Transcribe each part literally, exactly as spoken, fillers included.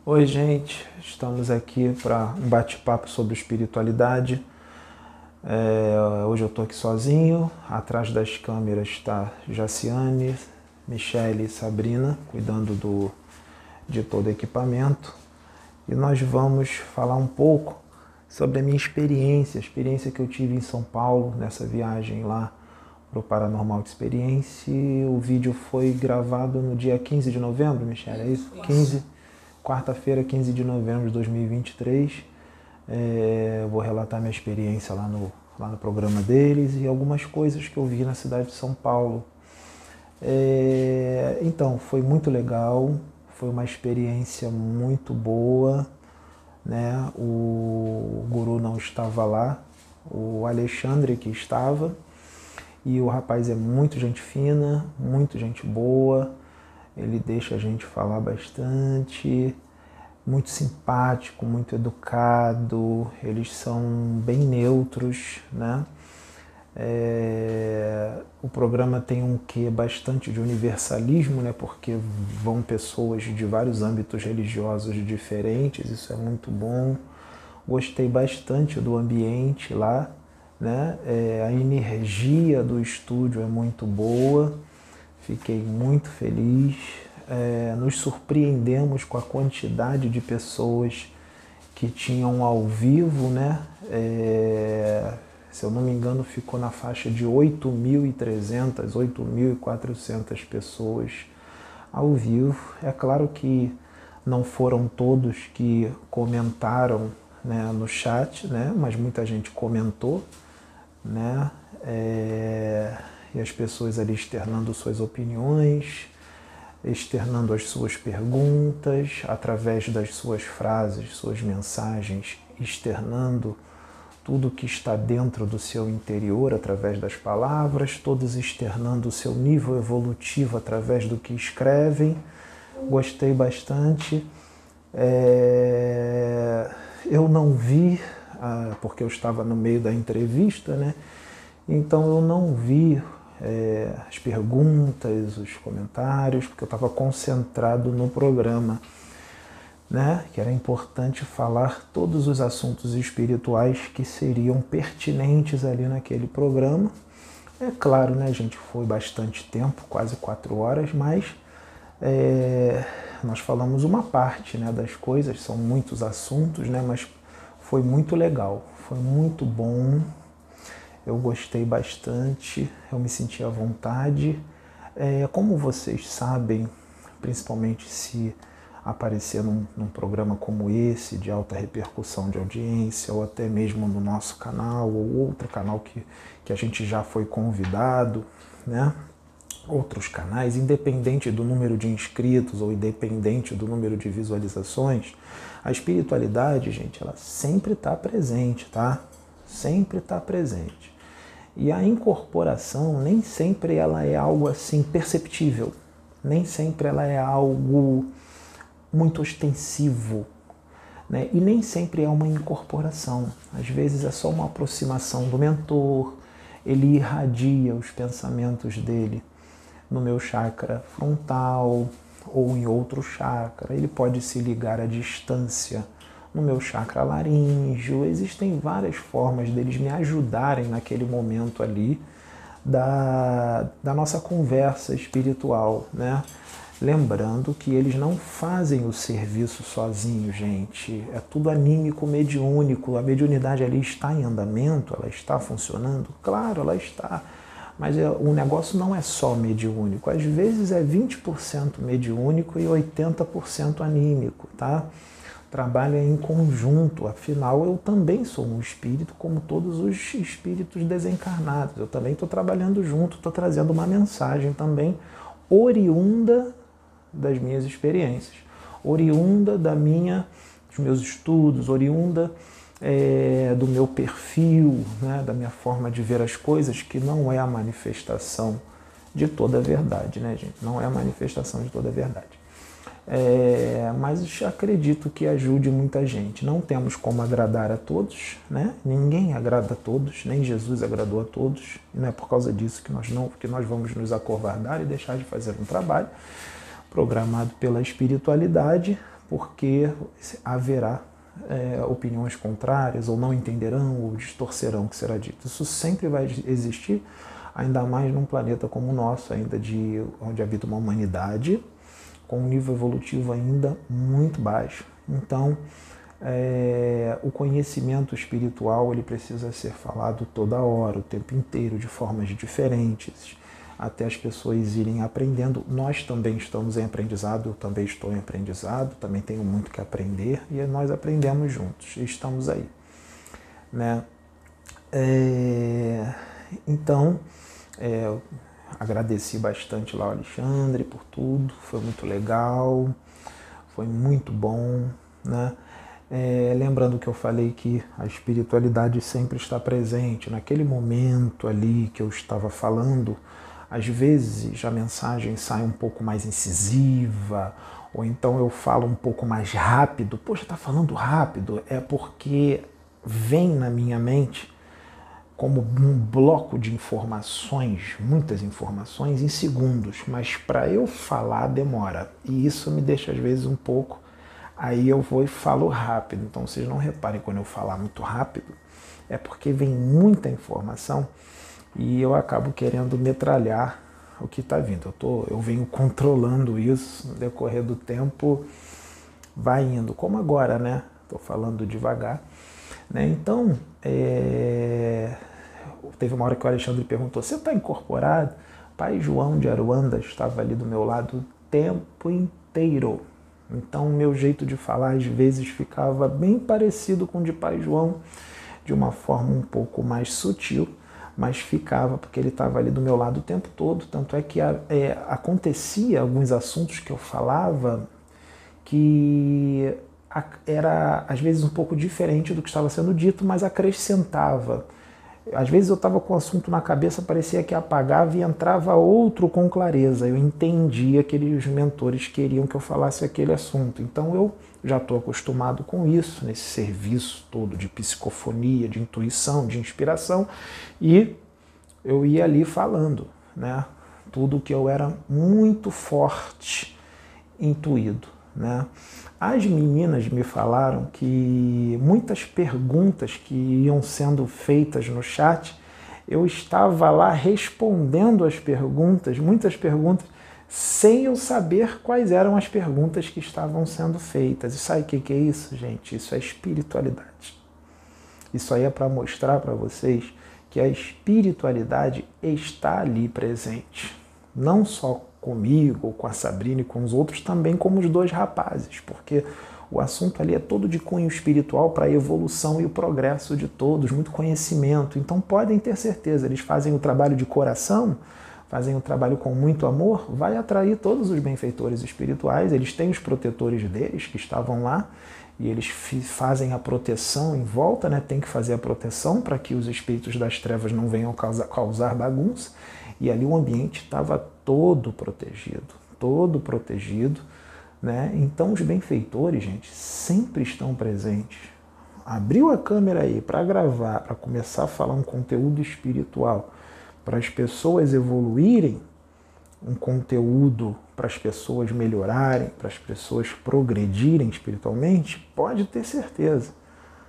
Oi, gente, estamos aqui para um bate-papo sobre espiritualidade. É, hoje eu estou aqui sozinho, atrás das câmeras está Jaciane, Michele e Sabrina, cuidando do, de todo o equipamento. E nós vamos falar um pouco sobre a minha experiência, a experiência que eu tive em São Paulo, nessa viagem lá para o Paranormal Experience. O vídeo foi gravado no dia quinze de novembro, Michele, é isso? quinze, quarta-feira, quinze de novembro de dois mil e vinte e três. É, eu vou relatar minha experiência lá no, lá no programa deles e algumas coisas que eu vi na cidade de São Paulo. É, então, foi muito legal, foi uma experiência muito boa, né? O guru não estava lá, o Alexandre que estava, e o rapaz é muito gente fina, muito gente boa, ele deixa a gente falar bastante, muito simpático, muito educado, eles são bem neutros, né? É, o programa tem um quê bastante de universalismo, né? Porque vão pessoas de vários âmbitos religiosos diferentes, isso é muito bom. Gostei bastante do ambiente lá, né? É, a energia do estúdio é muito boa, fiquei muito feliz. É, nos surpreendemos com a quantidade de pessoas que tinham ao vivo, né? É, se eu não me engano, ficou na faixa de oito mil e trezentas, oito mil e quatrocentas pessoas ao vivo. É claro que não foram todos que comentaram, né, no chat, né? Mas muita gente comentou, né? É, e as pessoas ali externando suas opiniões, externando as suas perguntas, através das suas frases, suas mensagens, externando tudo que está dentro do seu interior através das palavras, todos externando o seu nível evolutivo através do que escrevem. Gostei bastante. É... Eu não vi, porque eu estava no meio da entrevista, né? Então eu não vi é, as perguntas, os comentários, porque eu estava concentrado no programa, né? Que era importante falar todos os assuntos espirituais que seriam pertinentes ali naquele programa. É claro, né, gente, foi bastante tempo, quase quatro horas, mas é, nós falamos uma parte, né, das coisas, são muitos assuntos, né, mas foi muito legal, foi muito bom. Eu gostei bastante, eu me senti à vontade. É, como vocês sabem, principalmente se aparecer num, num programa como esse, de alta repercussão de audiência, ou até mesmo no nosso canal, ou outro canal que, que a gente já foi convidado, né? Outros canais, independente do número de inscritos ou independente do número de visualizações, a espiritualidade, gente, ela sempre está presente, tá? Sempre está presente. E a incorporação nem sempre ela é algo assim perceptível, nem sempre ela é algo muito ostensivo, né? E nem sempre é uma incorporação. Às vezes é só uma aproximação do mentor, ele irradia os pensamentos dele no meu chakra frontal ou em outro chakra, ele pode se ligar à distância no meu chakra laríngeo. Existem várias formas deles me ajudarem naquele momento ali da, da nossa conversa espiritual, né? Lembrando que eles não fazem o serviço sozinhos, gente. É tudo anímico, mediúnico. A mediunidade ali está em andamento, ela está funcionando? Claro, ela está. Mas o negócio não é só mediúnico. Às vezes é vinte por cento mediúnico e oitenta por cento anímico, tá? Trabalha em conjunto, afinal eu também sou um espírito como todos os espíritos desencarnados, eu também estou trabalhando junto, estou trazendo uma mensagem também oriunda das minhas experiências, oriunda da minha, dos meus estudos, oriunda é, do meu perfil, né, da minha forma de ver as coisas, que não é a manifestação de toda a verdade, né, gente? Não é a manifestação de toda a verdade. É, mas acredito que ajude muita gente. Não temos como agradar a todos, né? Ninguém agrada a todos, nem Jesus agradou a todos, e não é por causa disso que nós, não, que nós vamos nos acovardar e deixar de fazer um trabalho programado pela espiritualidade porque haverá é, opiniões contrárias, ou não entenderão, ou distorcerão o que será dito. Isso sempre vai existir, ainda mais num planeta como o nosso, ainda de onde habita uma humanidade com um nível evolutivo ainda muito baixo. Então, é, o conhecimento espiritual ele precisa ser falado toda hora, o tempo inteiro, de formas diferentes, até as pessoas irem aprendendo. Nós também estamos em aprendizado, eu também estou em aprendizado, também tenho muito que aprender, e nós aprendemos juntos, e estamos aí, né? É, então, é, agradeci bastante lá ao Alexandre por tudo, foi muito legal, foi muito bom, né? É, lembrando que eu falei que a espiritualidade sempre está presente. Naquele momento ali que eu estava falando, às vezes a mensagem sai um pouco mais incisiva, ou então eu falo um pouco mais rápido. Poxa, está falando rápido? É porque vem na minha mente como um bloco de informações, muitas informações em segundos, mas para eu falar demora. E isso me deixa às vezes um pouco... Aí eu vou e falo rápido. Então vocês não reparem quando eu falar muito rápido, é porque vem muita informação e eu acabo querendo metralhar o que está vindo. Eu, tô, eu venho controlando isso no decorrer do tempo, vai indo. Como agora, né? Estou falando devagar. Né? Então, é... teve uma hora que o Alexandre perguntou, você está incorporado? Pai João de Aruanda estava ali do meu lado o tempo inteiro. Então, o meu jeito de falar, às vezes, ficava bem parecido com o de Pai João, de uma forma um pouco mais sutil, mas ficava, porque ele estava ali do meu lado o tempo todo. Tanto é que é, acontecia alguns assuntos que eu falava que era, às vezes, um pouco diferente do que estava sendo dito, mas acrescentava. Às vezes eu estava com o assunto na cabeça, parecia que apagava e entrava outro com clareza. Eu entendia que eles, os mentores queriam que eu falasse aquele assunto. Então eu já estou acostumado com isso, nesse serviço todo de psicofonia, de intuição, de inspiração. E eu ia ali falando, né? Tudo que eu era muito forte, intuído, né? As meninas me falaram que muitas perguntas que iam sendo feitas no chat, eu estava lá respondendo as perguntas, muitas perguntas, sem eu saber quais eram as perguntas que estavam sendo feitas. E sabe o que é isso, gente? Isso é espiritualidade. Isso aí é para mostrar para vocês que a espiritualidade está ali presente. Não só comigo, com a Sabrina e com os outros, também como os dois rapazes, porque o assunto ali é todo de cunho espiritual para a evolução e o progresso de todos, muito conhecimento. Então podem ter certeza, eles fazem o trabalho de coração, fazem o trabalho com muito amor, vai atrair todos os benfeitores espirituais, eles têm os protetores deles que estavam lá, e eles fazem a proteção em volta, né? Tem que fazer a proteção para que os espíritos das trevas não venham causar, causar bagunça, e ali o ambiente estava todo protegido, todo protegido, né? Então os benfeitores, gente, sempre estão presentes. Abriu a câmera aí para gravar, para começar a falar um conteúdo espiritual, para as pessoas evoluírem, um conteúdo para as pessoas melhorarem, para as pessoas progredirem espiritualmente, pode ter certeza.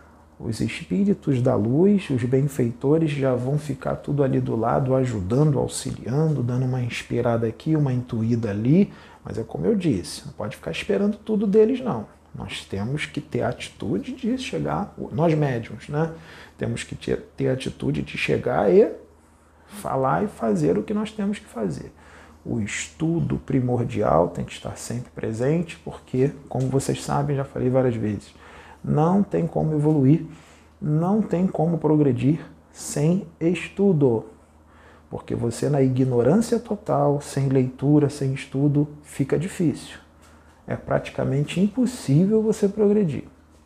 Os espíritos da luz, os benfeitores já vão ficar tudo ali do lado, ajudando, auxiliando, dando uma inspirada aqui, uma intuída ali. Mas é como eu disse, não pode ficar esperando tudo deles, não. Nós temos que ter a atitude de chegar, nós médiuns, né? Temos que ter, ter a atitude de chegar e falar e fazer o que nós temos que fazer. O estudo primordial tem que estar sempre presente, porque, como vocês sabem, já falei várias vezes, não tem como evoluir, não tem como progredir sem estudo. Porque você, na ignorância total, sem leitura, sem estudo, fica difícil. É praticamente impossível você progredir.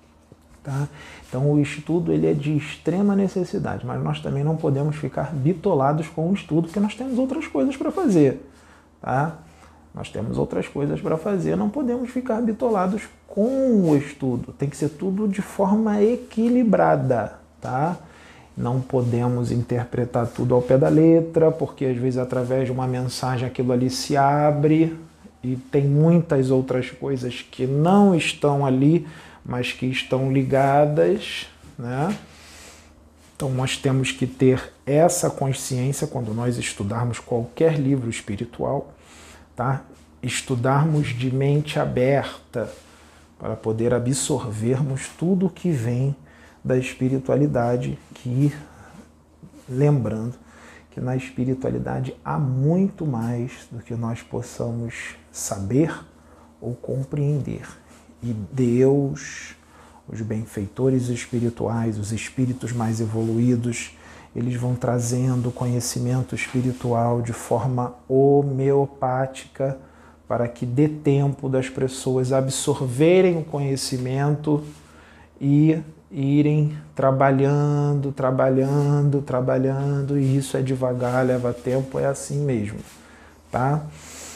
Tá? Então o estudo ele é de extrema necessidade, mas nós também não podemos ficar bitolados com o estudo, porque nós temos outras coisas para fazer. Tá? Nós temos outras coisas para fazer, não podemos ficar bitolados com o estudo. Tem que ser tudo de forma equilibrada, tá? Não podemos interpretar tudo ao pé da letra, porque às vezes através de uma mensagem aquilo ali se abre e tem muitas outras coisas que não estão ali, mas que estão ligadas, né? Então nós temos que ter essa consciência quando nós estudarmos qualquer livro espiritual, tá? Estudarmos de mente aberta para poder absorvermos tudo que vem da espiritualidade, que, lembrando que na espiritualidade há muito mais do que nós possamos saber ou compreender. E Deus, os benfeitores espirituais, os espíritos mais evoluídos, eles vão trazendo conhecimento espiritual de forma homeopática para que dê tempo das pessoas absorverem o conhecimento e irem trabalhando, trabalhando, trabalhando, e isso é devagar, leva tempo, é assim mesmo, tá?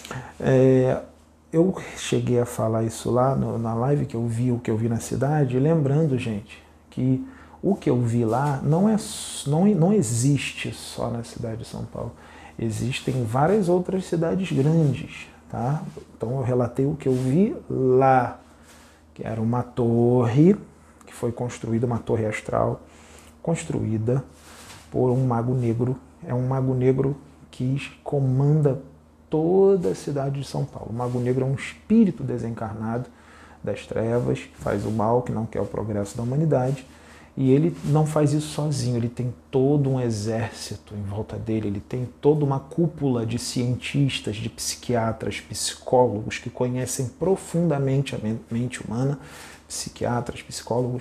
É, eu cheguei a falar isso lá no, na live que eu vi, o que eu vi na cidade, lembrando, gente, que o que eu vi lá não, é, não, não existe só na cidade de São Paulo, existem várias outras cidades grandes, tá? Então eu relatei o que eu vi lá, que era uma torre, que foi construída, uma torre astral, construída por um mago negro. É um mago negro que comanda toda a cidade de São Paulo. O mago negro é um espírito desencarnado das trevas, que faz o mal, que não quer o progresso da humanidade, e ele não faz isso sozinho, ele tem todo um exército em volta dele, ele tem toda uma cúpula de cientistas, de psiquiatras, psicólogos que conhecem profundamente a mente humana, psiquiatras, psicólogos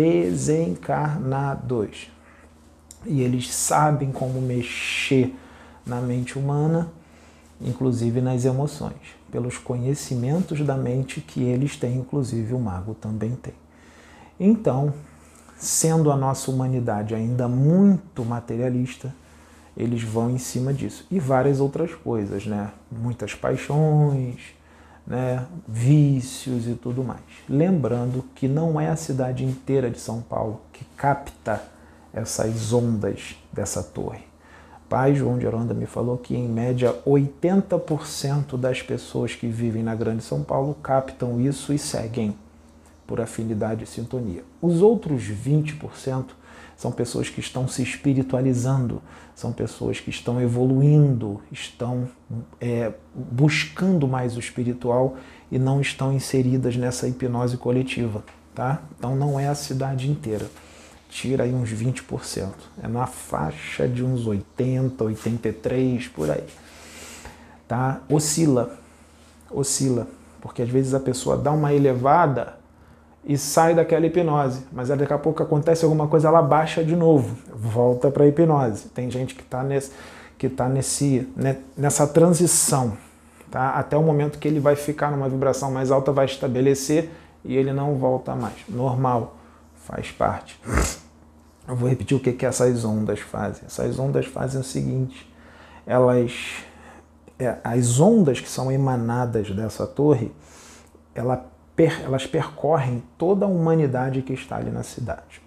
desencarnados. E eles sabem como mexer na mente humana, inclusive nas emoções, pelos conhecimentos da mente que eles têm, inclusive o mago também tem. Então, sendo a nossa humanidade ainda muito materialista, eles vão em cima disso. E várias outras coisas, né? Muitas paixões, né, vícios e tudo mais. Lembrando que não é a cidade inteira de São Paulo que capta essas ondas dessa torre. Pai João de Aronda me falou que, em média, oitenta por cento das pessoas que vivem na Grande São Paulo captam isso e seguem por afinidade e sintonia. Os outros vinte por cento são pessoas que estão se espiritualizando, são pessoas que estão evoluindo, estão é, buscando mais o espiritual e não estão inseridas nessa hipnose coletiva, tá? Então não é a cidade inteira. Tira aí uns vinte por cento. É na faixa de uns oitenta, oitenta e três, por aí. Tá? Oscila. Oscila. Porque às vezes a pessoa dá uma elevada e sai daquela hipnose, mas daqui a pouco acontece alguma coisa, ela baixa de novo, volta para a hipnose. Tem gente que está nesse, que tá nesse, né, nessa transição, tá? Até o momento que ele vai ficar numa vibração mais alta, vai estabelecer e ele não volta mais. Normal, faz parte. Eu vou repetir o que, que essas ondas fazem. Essas ondas fazem o seguinte, elas, é, as ondas que são emanadas dessa torre, ela elas percorrem toda a humanidade que está ali na cidade.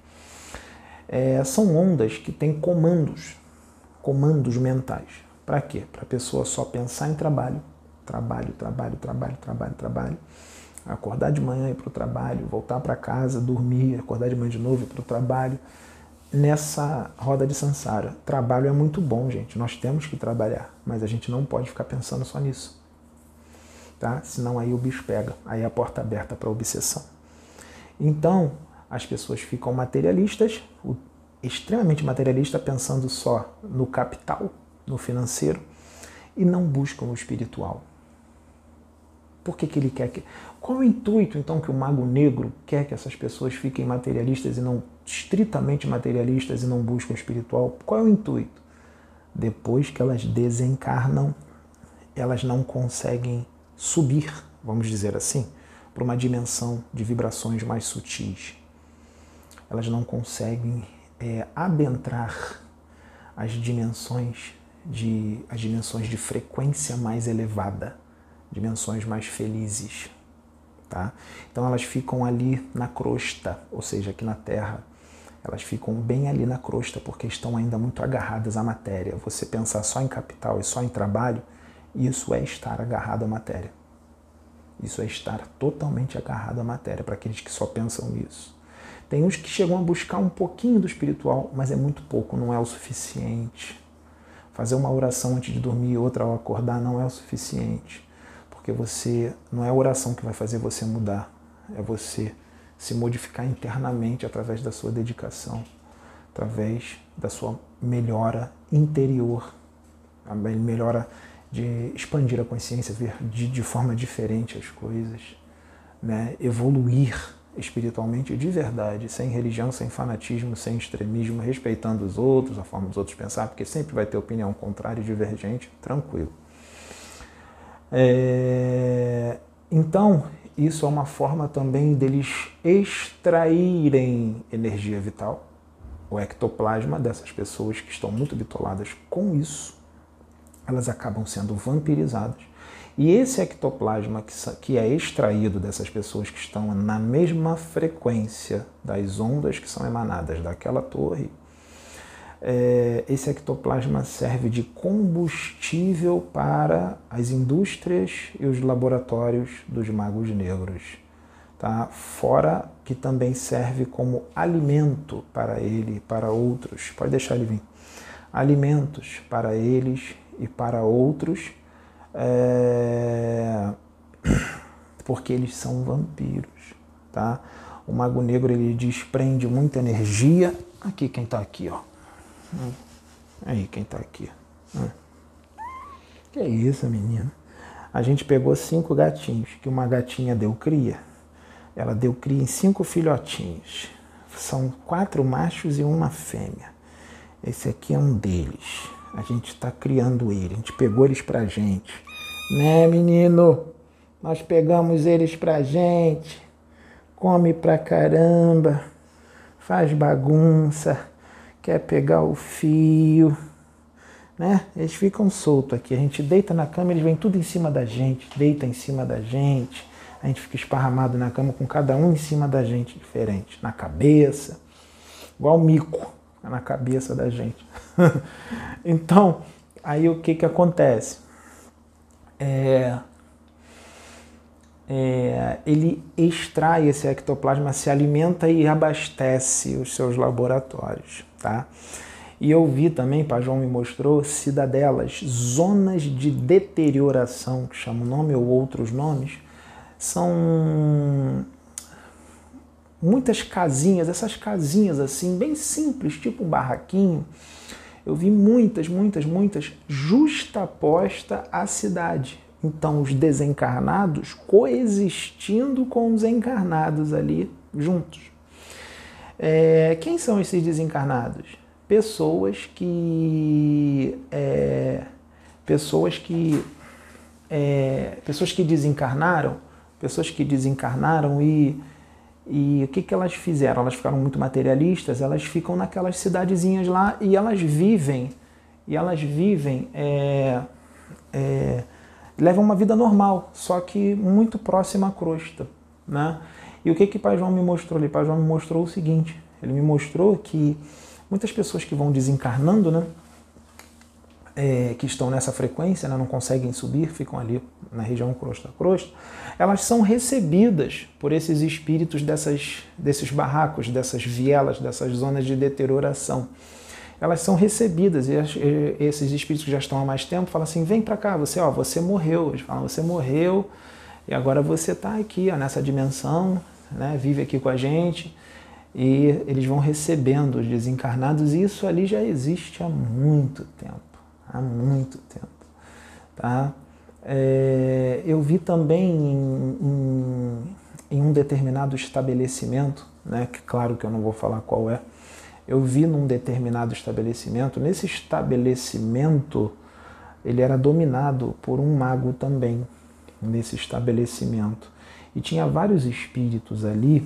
É, são ondas que têm comandos, comandos mentais. Para quê? Para a pessoa só pensar em trabalho, trabalho, trabalho, trabalho, trabalho, trabalho, acordar de manhã e ir para o trabalho, voltar para casa, dormir, acordar de manhã de novo e ir para o trabalho. Nessa roda de samsara, trabalho é muito bom, gente, nós temos que trabalhar, mas a gente não pode ficar pensando só nisso. Tá? Senão aí o bicho pega, aí é a porta aberta para a obsessão. Então, as pessoas ficam materialistas, extremamente materialistas, pensando só no capital, no financeiro, e não buscam o espiritual. Por que que ele quer que... Qual o intuito, então, que o mago negro quer que essas pessoas fiquem materialistas e não estritamente materialistas e não buscam o espiritual? Qual é o intuito? Depois que elas desencarnam, elas não conseguem subir, vamos dizer assim, para uma dimensão de vibrações mais sutis. Elas não conseguem é, adentrar as dimensões de, as dimensões de frequência mais elevada, dimensões mais felizes. Tá? Então elas ficam ali na crosta, ou seja, aqui na Terra. Elas ficam bem ali na crosta porque estão ainda muito agarradas à matéria. Você pensar só em capital e só em trabalho, isso é estar agarrado à matéria. Isso é estar totalmente agarrado à matéria, para aqueles que só pensam isso. Tem uns que chegam a buscar um pouquinho do espiritual, mas é muito pouco, não é o suficiente. Fazer uma oração antes de dormir e outra ao acordar não é o suficiente, porque você não é a oração que vai fazer você mudar, é você se modificar internamente através da sua dedicação, através da sua melhora interior, a melhora de expandir a consciência, ver de, de forma diferente as coisas, né? Evoluir espiritualmente de verdade, sem religião, sem fanatismo, sem extremismo, respeitando os outros, a forma dos outros pensar, porque sempre vai ter opinião contrária e divergente, tranquilo. É... Então, isso é uma forma também deles extraírem energia vital, o ectoplasma dessas pessoas que estão muito bitoladas com isso, elas acabam sendo vampirizadas. E esse ectoplasma que é extraído dessas pessoas que estão na mesma frequência das ondas que são emanadas daquela torre, é, esse ectoplasma serve de combustível para as indústrias e os laboratórios dos magos negros. Tá? Fora que também serve como alimento para ele e para outros. Pode deixar ele vir. Alimentos para eles e para outros, é... porque eles são vampiros, tá? O mago negro, ele desprende muita energia. Aqui, quem tá aqui, ó. Aí, quem tá aqui. Que é isso, menina? A gente pegou cinco gatinhos, que uma gatinha deu cria. Ela deu cria em cinco filhotinhos. São quatro machos e uma fêmea. Esse aqui é um deles. A gente está criando ele, a gente pegou eles pra gente. Né, menino? Nós pegamos eles pra gente. Come pra caramba. Faz bagunça. Quer pegar o fio. Né? Eles ficam soltos aqui. A gente deita na cama, eles vêm tudo em cima da gente. Deita em cima da gente. A gente fica esparramado na cama com cada um em cima da gente, diferente. Na cabeça. Igual mico na cabeça da gente. Então, aí o que que acontece? É, é, ele extrai esse ectoplasma, se alimenta e abastece os seus laboratórios, tá? E eu vi também, Pai João me mostrou, cidadelas, zonas de deterioração, que chamam nome ou outros nomes, são muitas casinhas, essas casinhas assim, bem simples, tipo um barraquinho. Eu vi muitas, muitas, muitas justaposta à cidade. Então, os desencarnados coexistindo com os encarnados ali juntos. É, quem são esses desencarnados? Pessoas que... É, pessoas que... É, pessoas que desencarnaram, pessoas que desencarnaram e... E o que, que elas fizeram? Elas ficaram muito materialistas, elas ficam naquelas cidadezinhas lá e elas vivem, e elas vivem, é, é, levam uma vida normal, só que muito próxima à crosta, né? E o que que Pai João me mostrou ali? Pai João me mostrou o seguinte, ele me mostrou que muitas pessoas que vão desencarnando, né, é, que estão nessa frequência, né, não conseguem subir, ficam ali na região crosta a crosta, elas são recebidas por esses espíritos dessas, desses barracos, dessas vielas, dessas zonas de deterioração. Elas são recebidas e, as, e esses espíritos que já estão há mais tempo falam assim, vem para cá, você, ó, você morreu. Eles falam, você morreu e agora você está aqui, ó, nessa dimensão, né, vive aqui com a gente. E eles vão recebendo os desencarnados e isso ali já existe há muito tempo. Há muito tempo, tá? É, eu vi também em, em, em um determinado estabelecimento, né, que claro que eu não vou falar qual é, eu vi num determinado estabelecimento, nesse estabelecimento ele era dominado por um mago também, nesse estabelecimento, e tinha vários espíritos ali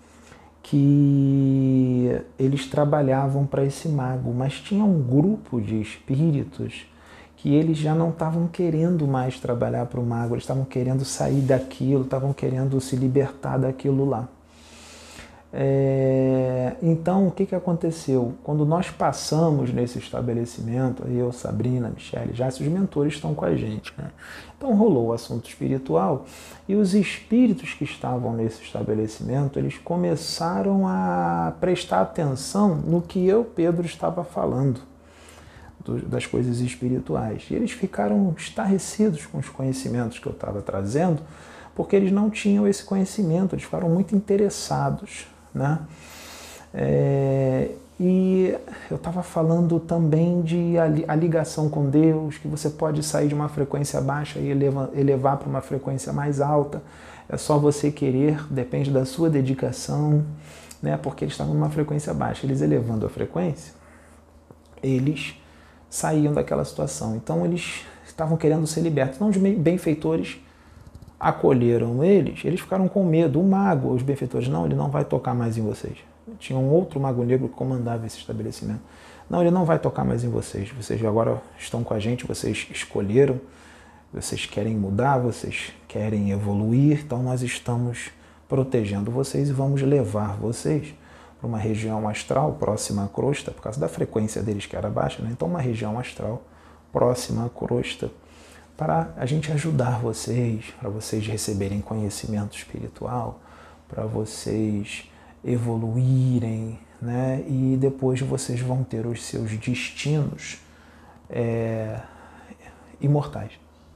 que eles trabalhavam para esse mago, mas tinha um grupo de espíritos que eles já não estavam querendo mais trabalhar para o mago, eles estavam querendo sair daquilo, estavam querendo se libertar daquilo lá. É, então, o que, que aconteceu? Quando nós passamos nesse estabelecimento, eu, Sabrina, Michele, já os mentores estão com a gente, né? Então rolou o assunto espiritual e os espíritos que estavam nesse estabelecimento, eles começaram a prestar atenção no que eu, Pedro, estava falando do, das coisas espirituais. E eles ficaram estarrecidos com os conhecimentos que eu estava trazendo, porque eles não tinham esse conhecimento, eles ficaram muito interessados, né? É, e eu estava falando também de a, a ligação com Deus, que você pode sair de uma frequência baixa e eleva, elevar para uma frequência mais alta. É só você querer, depende da sua dedicação, né? Porque eles estavam numa frequência baixa. Eles elevando a frequência, eles saíam daquela situação. Então eles estavam querendo ser libertos. Então os benfeitores acolheram eles, eles ficaram com medo. O mago, os benfeitores, não, ele não vai tocar mais em vocês. Tinha um outro mago negro que comandava esse estabelecimento. Não, ele não vai tocar mais em vocês. Vocês agora estão com a gente, vocês escolheram, vocês querem mudar, vocês querem evoluir, então nós estamos protegendo vocês e vamos levar vocês para uma região astral próxima à crosta, por causa da frequência deles que era baixa, né? Então uma região astral próxima à crosta, para a gente ajudar vocês, para vocês receberem conhecimento espiritual, para vocês evoluírem, né? E depois vocês vão ter os seus destinos é, imortais.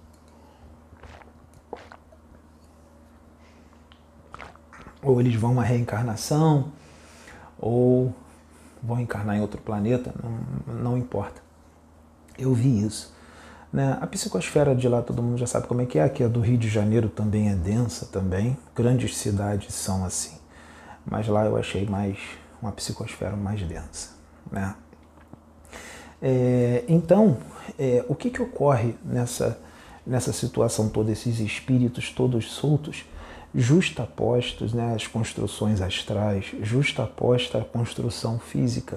Ou eles vão à reencarnação, ou vão encarnar em outro planeta, não, não importa. Eu vi isso. Né? A psicosfera de lá todo mundo já sabe como é que é, aqui a do Rio de Janeiro também é densa também, grandes cidades são assim, mas lá eu achei mais uma psicosfera mais densa. Né? É, então, é, o que, que ocorre nessa, nessa situação toda, esses espíritos todos soltos, justapostos, né, as construções astrais, justaposta à construção física?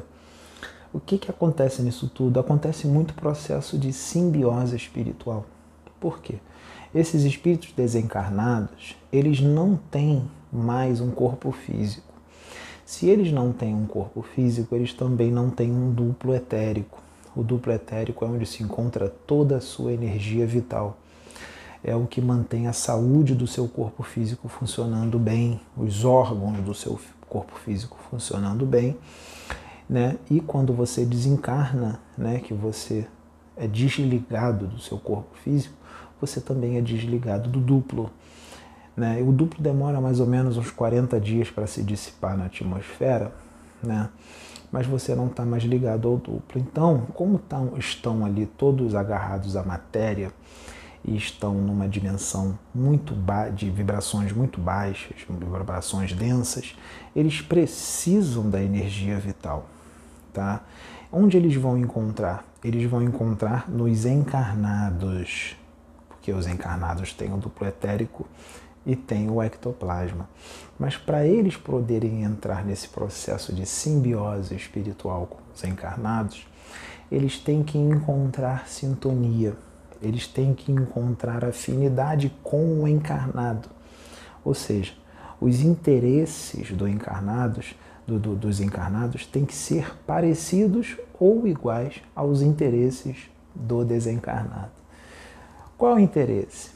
O que, que acontece nisso tudo? Acontece muito processo de simbiose espiritual. Por quê? Esses espíritos desencarnados, eles não têm mais um corpo físico. Se eles não têm um corpo físico, eles também não têm um duplo etérico. O duplo etérico é onde se encontra toda a sua energia vital. É o que mantém a saúde do seu corpo físico funcionando bem, os órgãos do seu corpo físico funcionando bem. Né? E quando você desencarna, né, que você é desligado do seu corpo físico, você também é desligado do duplo. Né? O duplo demora mais ou menos uns quarenta dias para se dissipar na atmosfera, né? Mas você não está mais ligado ao duplo. Então, como tão, estão ali todos agarrados à matéria e estão numa dimensão muito ba- de vibrações muito baixas, vibrações densas, eles precisam da energia vital. Tá? Onde eles vão encontrar? Eles vão encontrar nos encarnados, porque os encarnados têm o duplo etérico e têm o ectoplasma. Mas para eles poderem entrar nesse processo de simbiose espiritual com os encarnados, eles têm que encontrar sintonia, eles têm que encontrar afinidade com o encarnado. Ou seja, os interesses do encarnados Do, do, dos encarnados tem que ser parecidos ou iguais aos interesses do desencarnado. Qual é o interesse?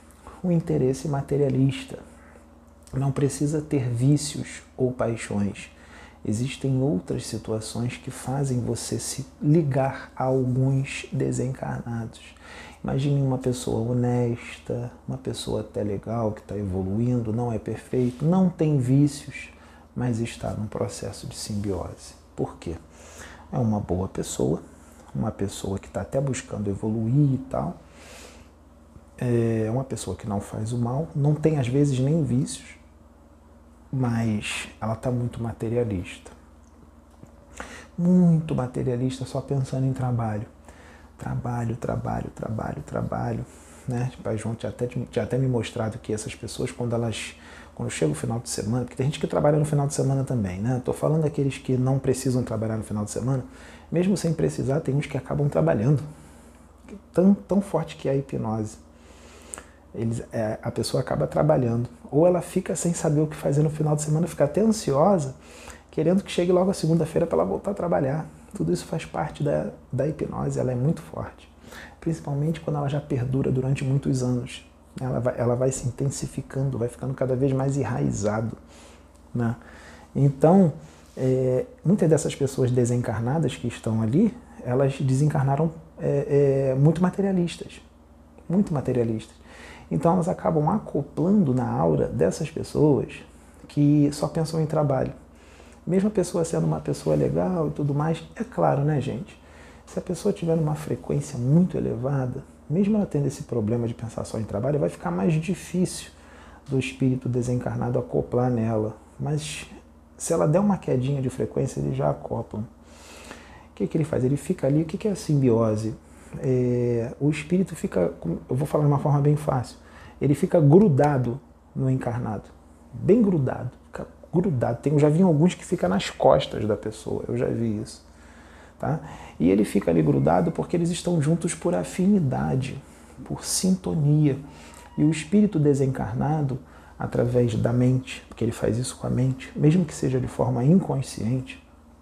O interesse materialista. Não precisa ter vícios ou paixões. Existem outras situações que fazem você se ligar a alguns desencarnados. Imagine uma pessoa honesta, uma pessoa até legal, que está evoluindo, não é perfeito, não tem vícios, mas está num processo de simbiose. Por quê? É uma boa pessoa, uma pessoa que está até buscando evoluir e tal, é uma pessoa que não faz o mal, não tem às vezes nem vícios, mas ela está muito materialista. Muito materialista, só pensando em trabalho. Trabalho, trabalho, trabalho, trabalho. Né? Tipo, a João tinha até, tinha até me mostrado que essas pessoas, quando elas... Quando chega o final de semana, porque tem gente que trabalha no final de semana também, né? Estou falando daqueles que não precisam trabalhar no final de semana, mesmo sem precisar, tem uns que acabam trabalhando. Tão, tão forte que é a hipnose. Eles, é, a pessoa acaba trabalhando. Ou ela fica sem saber o que fazer no final de semana, fica até ansiosa, querendo que chegue logo a segunda-feira para ela voltar a trabalhar. Tudo isso faz parte da, da hipnose, ela é muito forte. Principalmente quando ela já perdura durante muitos anos. Ela vai, ela vai se intensificando, vai ficando cada vez mais enraizado, né? Então, é, muitas dessas pessoas desencarnadas que estão ali, elas desencarnaram é, é, muito materialistas. Muito materialistas. Então elas acabam acoplando na aura dessas pessoas que só pensam em trabalho. Mesmo a pessoa sendo uma pessoa legal e tudo mais, é claro, né, gente? Se a pessoa tiver uma frequência muito elevada, mesmo ela tendo esse problema de pensar só em trabalho, vai ficar mais difícil do espírito desencarnado acoplar nela. Mas se ela der uma quedinha de frequência, eles já acoplam. O que, que ele faz? Ele fica ali. O que, que é a simbiose? É, o espírito fica, eu vou falar de uma forma bem fácil, ele fica grudado no encarnado, bem grudado, fica grudado. Tem, eu já vi alguns que ficam nas costas da pessoa, eu já vi isso. Tá? E ele fica ali grudado porque eles estão juntos por afinidade, por sintonia. E o espírito desencarnado, através da mente, porque ele faz isso com a mente, mesmo que seja de forma inconsciente,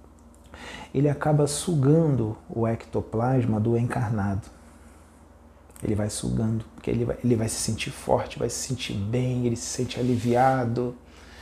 ele acaba sugando o ectoplasma do encarnado. Ele vai sugando, porque ele vai, ele vai se sentir forte, vai se sentir bem, ele se sente aliviado,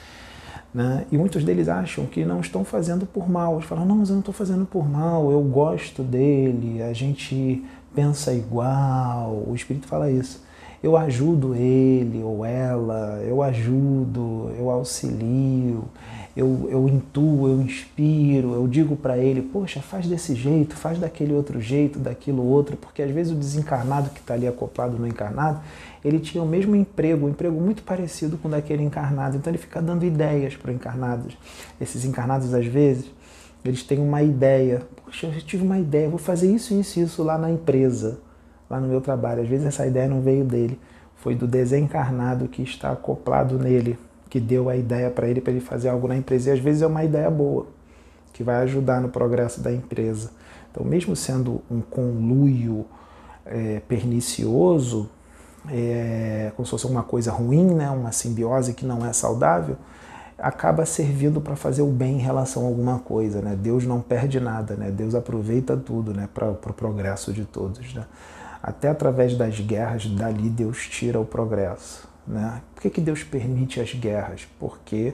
né? E muitos deles acham que não estão fazendo por mal. Eles falam, não, mas eu não estou fazendo por mal, eu gosto dele, a gente pensa igual. O espírito fala isso. Eu ajudo ele ou ela, eu ajudo, eu auxilio, eu, eu intuo, eu inspiro, eu digo para ele, poxa, faz desse jeito, faz daquele outro jeito, daquilo outro, porque às vezes o desencarnado que está ali acoplado no encarnado, ele tinha o mesmo emprego, um emprego muito parecido com o daquele encarnado, então ele fica dando ideias para o encarnado. Esses encarnados, às vezes, eles têm uma ideia, poxa, eu tive uma ideia, vou fazer isso, isso, isso lá na empresa, lá no meu trabalho. Às vezes essa ideia não veio dele, foi do desencarnado que está acoplado nele, que deu a ideia para ele, para ele fazer algo na empresa. E às vezes é uma ideia boa, que vai ajudar no progresso da empresa. Então, mesmo sendo um conluio é, pernicioso, é, como se fosse uma coisa ruim, né, uma simbiose que não é saudável, acaba servindo para fazer o bem em relação a alguma coisa, né? Deus não perde nada, né? Deus aproveita tudo, né, para o pro progresso de todos, né? Até através das guerras, dali Deus tira o progresso, né? Por que que Deus permite as guerras? Porque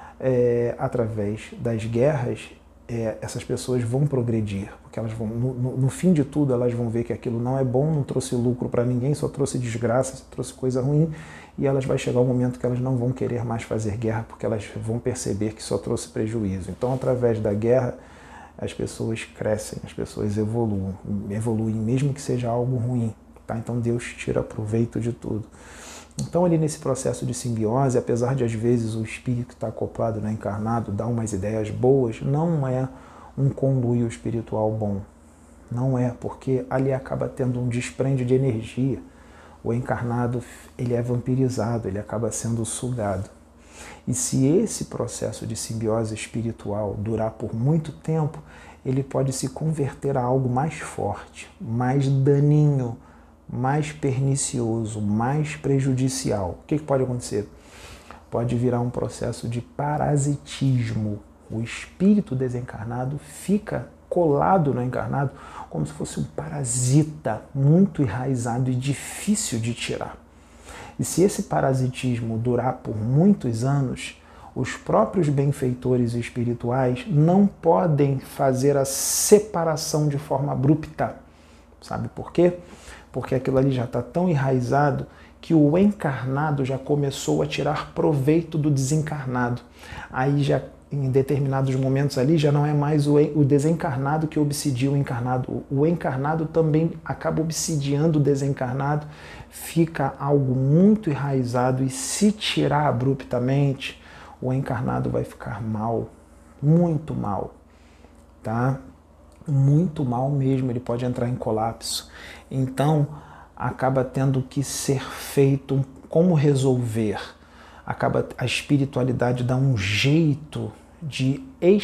é, através das guerras é, essas pessoas vão progredir, porque elas vão, no, no, no fim de tudo elas vão ver que aquilo não é bom, não trouxe lucro para ninguém, só trouxe desgraça, só trouxe coisa ruim, e elas vai chegar um momento que elas não vão querer mais fazer guerra, porque elas vão perceber que só trouxe prejuízo. Então, através da guerra, as pessoas crescem, as pessoas evoluem, evoluem mesmo que seja algo ruim. Tá? Então Deus tira proveito de tudo. Então ali nesse processo de simbiose, apesar de às vezes o espírito que está acoplado no encarnado dar umas ideias boas, não é um conluio espiritual bom. Não é, porque ali acaba tendo um desprende de energia. O encarnado ele é vampirizado, ele acaba sendo sugado. E se esse processo de simbiose espiritual durar por muito tempo, ele pode se converter a algo mais forte, mais daninho, mais pernicioso, mais prejudicial. O que pode acontecer? Pode virar um processo de parasitismo. O espírito desencarnado fica colado no encarnado como se fosse um parasita muito enraizado e difícil de tirar. E se esse parasitismo durar por muitos anos, os próprios benfeitores espirituais não podem fazer a separação de forma abrupta. Sabe por quê? Porque aquilo ali já está tão enraizado que o encarnado já começou a tirar proveito do desencarnado. Aí já em determinados momentos ali já não é mais o desencarnado que obsidia o encarnado. O encarnado também acaba obsidiando o desencarnado, fica algo muito enraizado e se tirar abruptamente, o encarnado vai ficar mal, muito mal, tá? Muito mal mesmo, ele pode entrar em colapso. Então, acaba tendo que ser feito como resolver. Acaba a espiritualidade dá um jeito de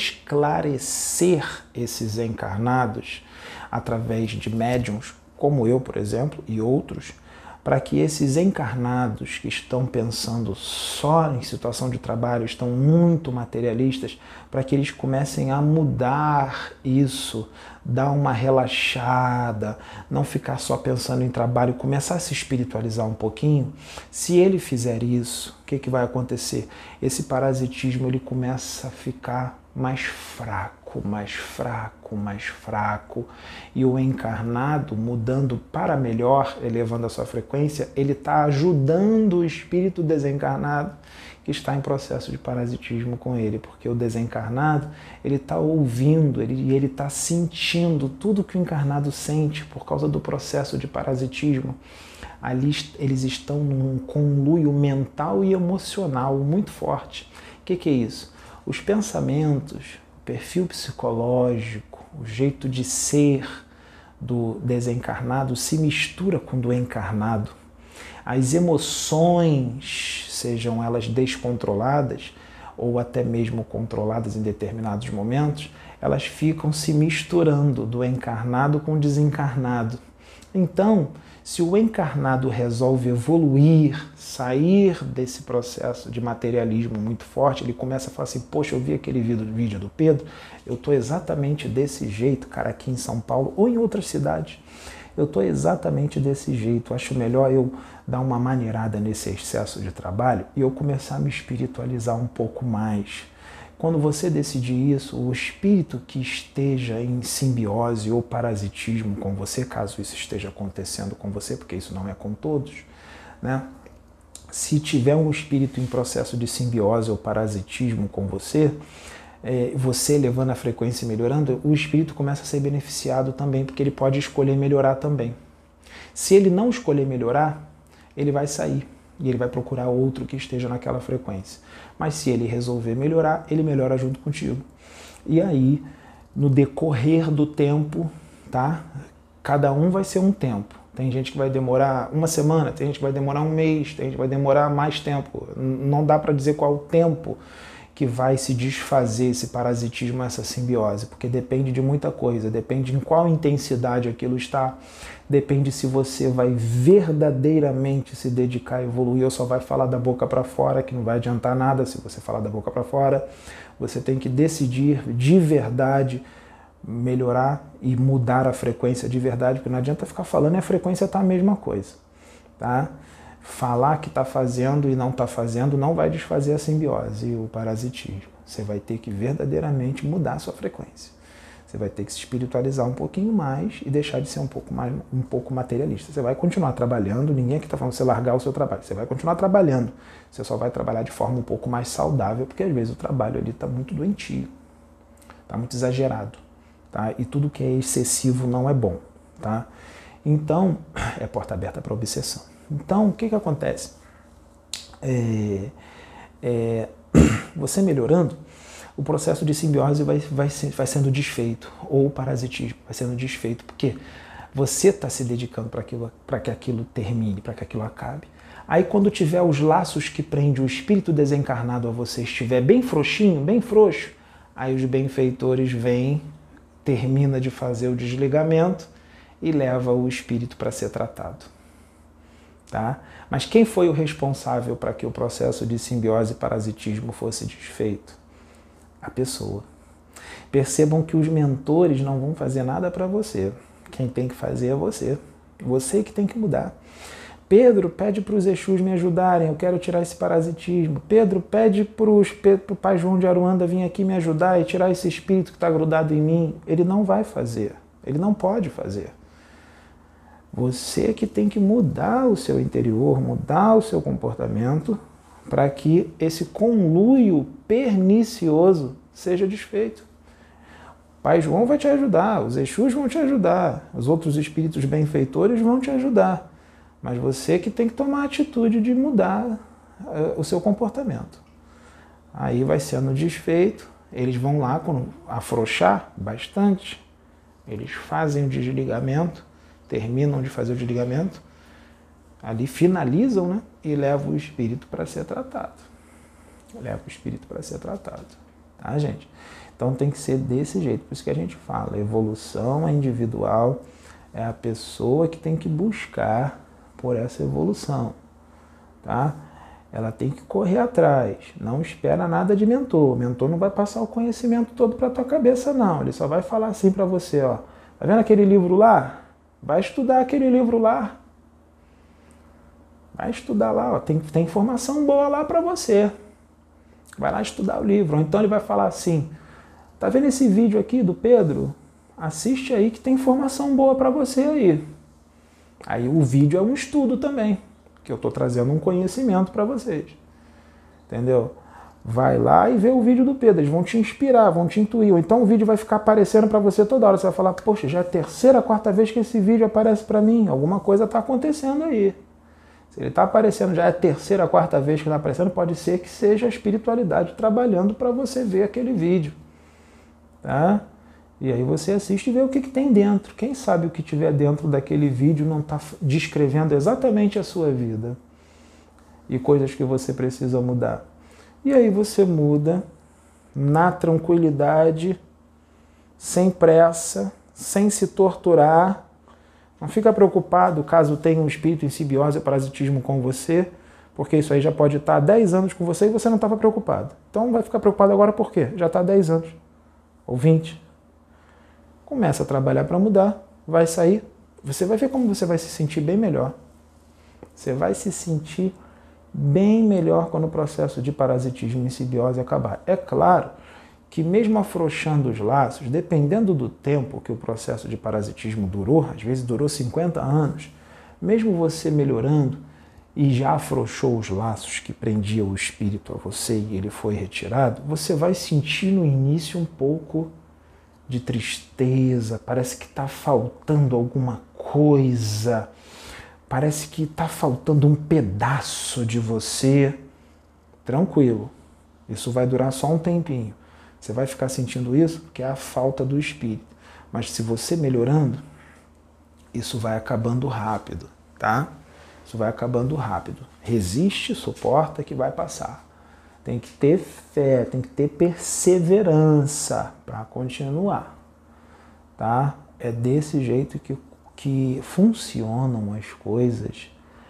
esclarecer esses encarnados através de médiuns, como eu, por exemplo, e outros, para que esses encarnados que estão pensando só em situação de trabalho, estão muito materialistas, para que eles comecem a mudar isso, dar uma relaxada, não ficar só pensando em trabalho, começar a se espiritualizar um pouquinho. Se ele fizer isso, o que, que vai acontecer? Esse parasitismo ele começa a ficar mais fraco, mais fraco, mais fraco, e o encarnado, mudando para melhor, elevando a sua frequência, ele está ajudando o espírito desencarnado que está em processo de parasitismo com ele, porque o desencarnado, ele está ouvindo, ele, e ele está sentindo tudo que o encarnado sente por causa do processo de parasitismo. Ali eles estão num conluio mental e emocional muito forte. O que, que é isso? Os pensamentos, o perfil psicológico, o jeito de ser do desencarnado se mistura com o do encarnado. As emoções, sejam elas descontroladas ou até mesmo controladas em determinados momentos, elas ficam se misturando do encarnado com o desencarnado. Então, se o encarnado resolve evoluir, sair desse processo de materialismo muito forte, ele começa a falar assim, poxa, eu vi aquele vídeo do Pedro, eu estou exatamente desse jeito, cara, aqui em São Paulo ou em outras cidades. Eu estou exatamente desse jeito, acho melhor eu dar uma maneirada nesse excesso de trabalho e eu começar a me espiritualizar um pouco mais. Quando você decidir isso, o espírito que esteja em simbiose ou parasitismo com você, caso isso esteja acontecendo com você, porque isso não é com todos, né? Se tiver um espírito em processo de simbiose ou parasitismo com você, é, você levando a frequência e melhorando, o espírito começa a ser beneficiado também, porque ele pode escolher melhorar também. Se ele não escolher melhorar, ele vai sair e ele vai procurar outro que esteja naquela frequência. Mas se ele resolver melhorar, ele melhora junto contigo. E aí, no decorrer do tempo, tá? Cada um vai ser um tempo. Tem gente que vai demorar uma semana, tem gente que vai demorar um mês, tem gente que vai demorar mais tempo. Não dá para dizer qual o tempo que vai se desfazer esse parasitismo, essa simbiose, porque depende de muita coisa, depende em qual intensidade aquilo está, depende se você vai verdadeiramente se dedicar a evoluir ou só vai falar da boca para fora, que não vai adiantar nada se você falar da boca para fora. Você tem que decidir de verdade melhorar e mudar a frequência de verdade, porque não adianta ficar falando e a frequência está a mesma coisa, tá? Falar que está fazendo e não está fazendo não vai desfazer a simbiose e o parasitismo. Você vai ter que verdadeiramente mudar a sua frequência. Você vai ter que se espiritualizar um pouquinho mais e deixar de ser um pouco, mais, um pouco materialista. Você vai continuar trabalhando, ninguém aqui está falando você largar o seu trabalho. Você vai continuar trabalhando, você só vai trabalhar de forma um pouco mais saudável, porque às vezes o trabalho ali está muito doentio, está muito exagerado. Tá? E tudo que é excessivo não é bom. Tá? Então, é porta aberta para obsessão. Então, o que, que acontece? É, é, você melhorando, o processo de simbiose vai, vai, vai sendo desfeito, ou o parasitismo vai sendo desfeito, porque você está se dedicando para aquilo, para que aquilo termine, para que aquilo acabe. Aí quando tiver os laços que prende o espírito desencarnado a você estiver bem frouxinho, bem frouxo, aí os benfeitores vêm, termina de fazer o desligamento e leva o espírito para ser tratado. Tá? Mas quem foi o responsável para que o processo de simbiose e parasitismo fosse desfeito? A pessoa. Percebam que os mentores não vão fazer nada para você. Quem tem que fazer é você. Você que tem que mudar. Pedro, pede para os Exus me ajudarem, eu quero tirar esse parasitismo. Pedro, pede para o Pai João de Aruanda vir aqui me ajudar e tirar esse espírito que está grudado em mim. Ele não vai fazer. Ele não pode fazer. Você que tem que mudar o seu interior, mudar o seu comportamento para que esse conluio pernicioso seja desfeito. Pai João vai te ajudar, os Exus vão te ajudar, os outros espíritos benfeitores vão te ajudar. Mas você que tem que tomar a atitude de mudar uh, o seu comportamento. Aí vai sendo desfeito, eles vão lá quando afrouxar bastante, eles fazem o desligamento, terminam de fazer o desligamento, ali finalizam, né? E levam o espírito para ser tratado. Leva o espírito para ser tratado. Tá, gente? Então tem que ser desse jeito. Por isso que a gente fala, a evolução é individual, é a pessoa que tem que buscar por essa evolução, tá? Ela tem que correr atrás, não espera nada de mentor. O mentor não vai passar o conhecimento todo para tua cabeça, não. Ele só vai falar assim para você, ó. Tá vendo aquele livro lá? Vai estudar aquele livro lá. Vai estudar lá, ó. Tem, tem informação boa lá para você. Vai lá estudar o livro. Ou então ele vai falar assim, tá vendo esse vídeo aqui do Pedro? Assiste aí que tem informação boa para você aí. Aí o vídeo é um estudo também, que eu estou trazendo um conhecimento para vocês. Entendeu? Vai lá e vê o vídeo do Pedro, eles vão te inspirar, vão te intuir. Ou então o vídeo vai ficar aparecendo para você toda hora. Você vai falar, poxa, já é a terceira, quarta vez que esse vídeo aparece para mim. Alguma coisa está acontecendo aí. Se ele está aparecendo, já é a terceira, quarta vez que está aparecendo, pode ser que seja a espiritualidade trabalhando para você ver aquele vídeo. Tá? E aí você assiste e vê o que, que tem dentro. Quem sabe o que tiver dentro daquele vídeo não está descrevendo exatamente a sua vida e coisas que você precisa mudar. E aí você muda na tranquilidade, sem pressa, sem se torturar. Não fica preocupado caso tenha um espírito em simbiose ou parasitismo com você, porque isso aí já pode estar há dez anos com você e você não estava preocupado. Então vai ficar preocupado agora por quê? Já está há dez anos ou vinte. Começa a trabalhar para mudar, vai sair, você vai ver como você vai se sentir bem melhor. Você vai se sentir bem melhor quando o processo de parasitismo e simbiose acabar. É claro que mesmo afrouxando os laços, dependendo do tempo que o processo de parasitismo durou, às vezes durou cinquenta anos, mesmo você melhorando e já afrouxou os laços que prendiam o espírito a você e ele foi retirado, você vai sentir no início um pouco de tristeza, parece que está faltando alguma coisa, parece que está faltando um pedaço de você. Tranquilo, isso vai durar só um tempinho. Você vai ficar sentindo isso porque é a falta do espírito. Mas se você melhorando, isso vai acabando rápido, tá? Isso vai acabando rápido. Resiste, suporta que vai passar. Tem que ter fé, tem que ter perseverança para continuar, tá? É desse jeito que, que funcionam as coisas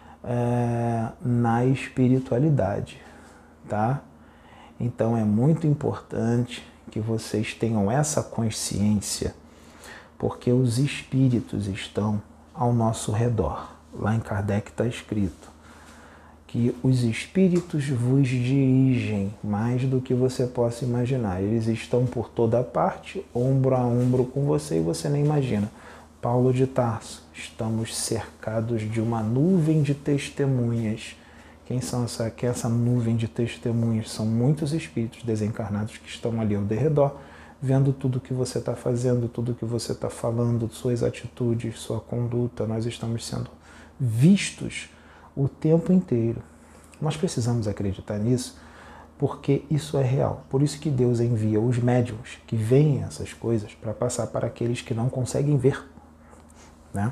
é, na espiritualidade, tá? Então é muito importante que vocês tenham essa consciência, porque os espíritos estão ao nosso redor. Lá em Kardec está escrito que os espíritos vos dirigem mais do que você possa imaginar. Eles estão por toda parte, ombro a ombro com você e você nem imagina. Paulo de Tarso, estamos cercados de uma nuvem de testemunhas. Quem são essa, que é essa nuvem de testemunhas? São muitos espíritos desencarnados que estão ali ao derredor, vendo tudo que você está fazendo, tudo que você está falando, suas atitudes, sua conduta. Nós estamos sendo vistos o tempo inteiro. Nós precisamos acreditar nisso, porque isso é real. Por isso que Deus envia os médiuns que veem essas coisas para passar para aqueles que não conseguem ver, né?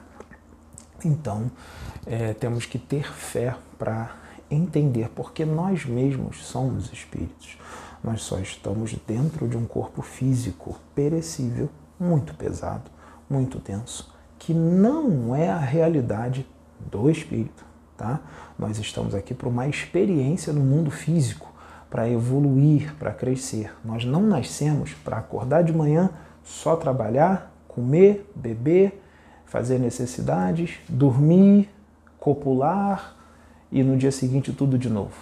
Então, é, temos que ter fé para entender, porque nós mesmos somos espíritos. Nós só estamos dentro de um corpo físico perecível, muito pesado, muito denso, que não é a realidade do espírito. Tá? Nós estamos aqui para uma experiência no mundo físico, para evoluir, para crescer. Nós não nascemos para acordar de manhã, só trabalhar, comer, beber, fazer necessidades, dormir, copular e no dia seguinte tudo de novo.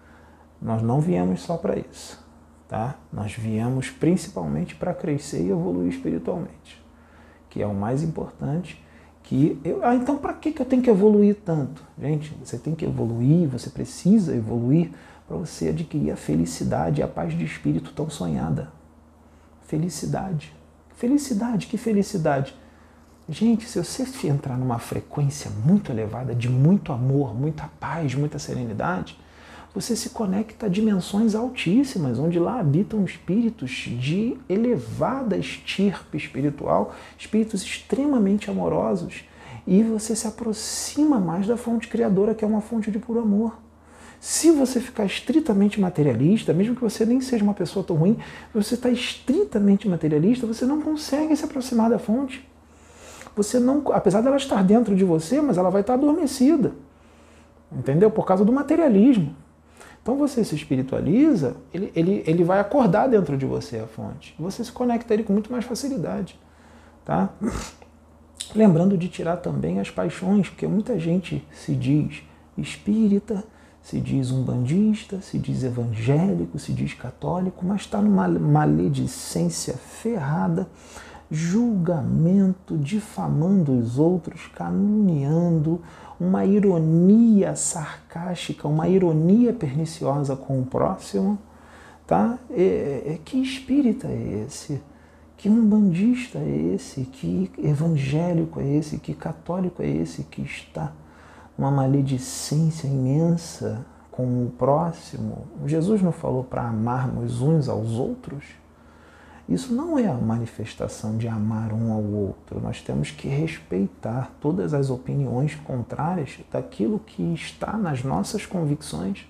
Nós não viemos só para isso. Tá? Nós viemos principalmente para crescer e evoluir espiritualmente, que é o mais importante. Que eu, ah, então para que eu tenho que evoluir tanto? Gente, você tem que evoluir, você precisa evoluir para você adquirir a felicidade e a paz de espírito tão sonhada. Felicidade. Felicidade, que felicidade? Gente, se você entrar numa frequência muito elevada, de muito amor, muita paz, muita serenidade, você se conecta a dimensões altíssimas, onde lá habitam espíritos de elevada estirpe espiritual, espíritos extremamente amorosos, e você se aproxima mais da fonte criadora, que é uma fonte de puro amor. Se você ficar estritamente materialista, mesmo que você nem seja uma pessoa tão ruim, você está estritamente materialista, você não consegue se aproximar da fonte. Você não, apesar dela estar dentro de você, mas ela vai estar adormecida. Entendeu? Por causa do materialismo. Então você se espiritualiza, ele, ele, ele vai acordar dentro de você a fonte. Você se conecta a ele com muito mais facilidade. Tá? Lembrando de tirar também as paixões, porque muita gente se diz espírita, se diz umbandista, se diz evangélico, se diz católico, mas está numa maledicência ferrada, julgamento, difamando os outros, caluniando, uma ironia sarcástica, uma ironia perniciosa com o próximo. Tá? É, é, que espírita é esse? Que umbandista é esse? Que evangélico é esse? Que católico é esse que está uma maledicência imensa com o próximo? Jesus não falou para amarmos uns aos outros? Isso não é a manifestação de amar um ao outro. Nós temos que respeitar todas as opiniões contrárias daquilo que está nas nossas convicções,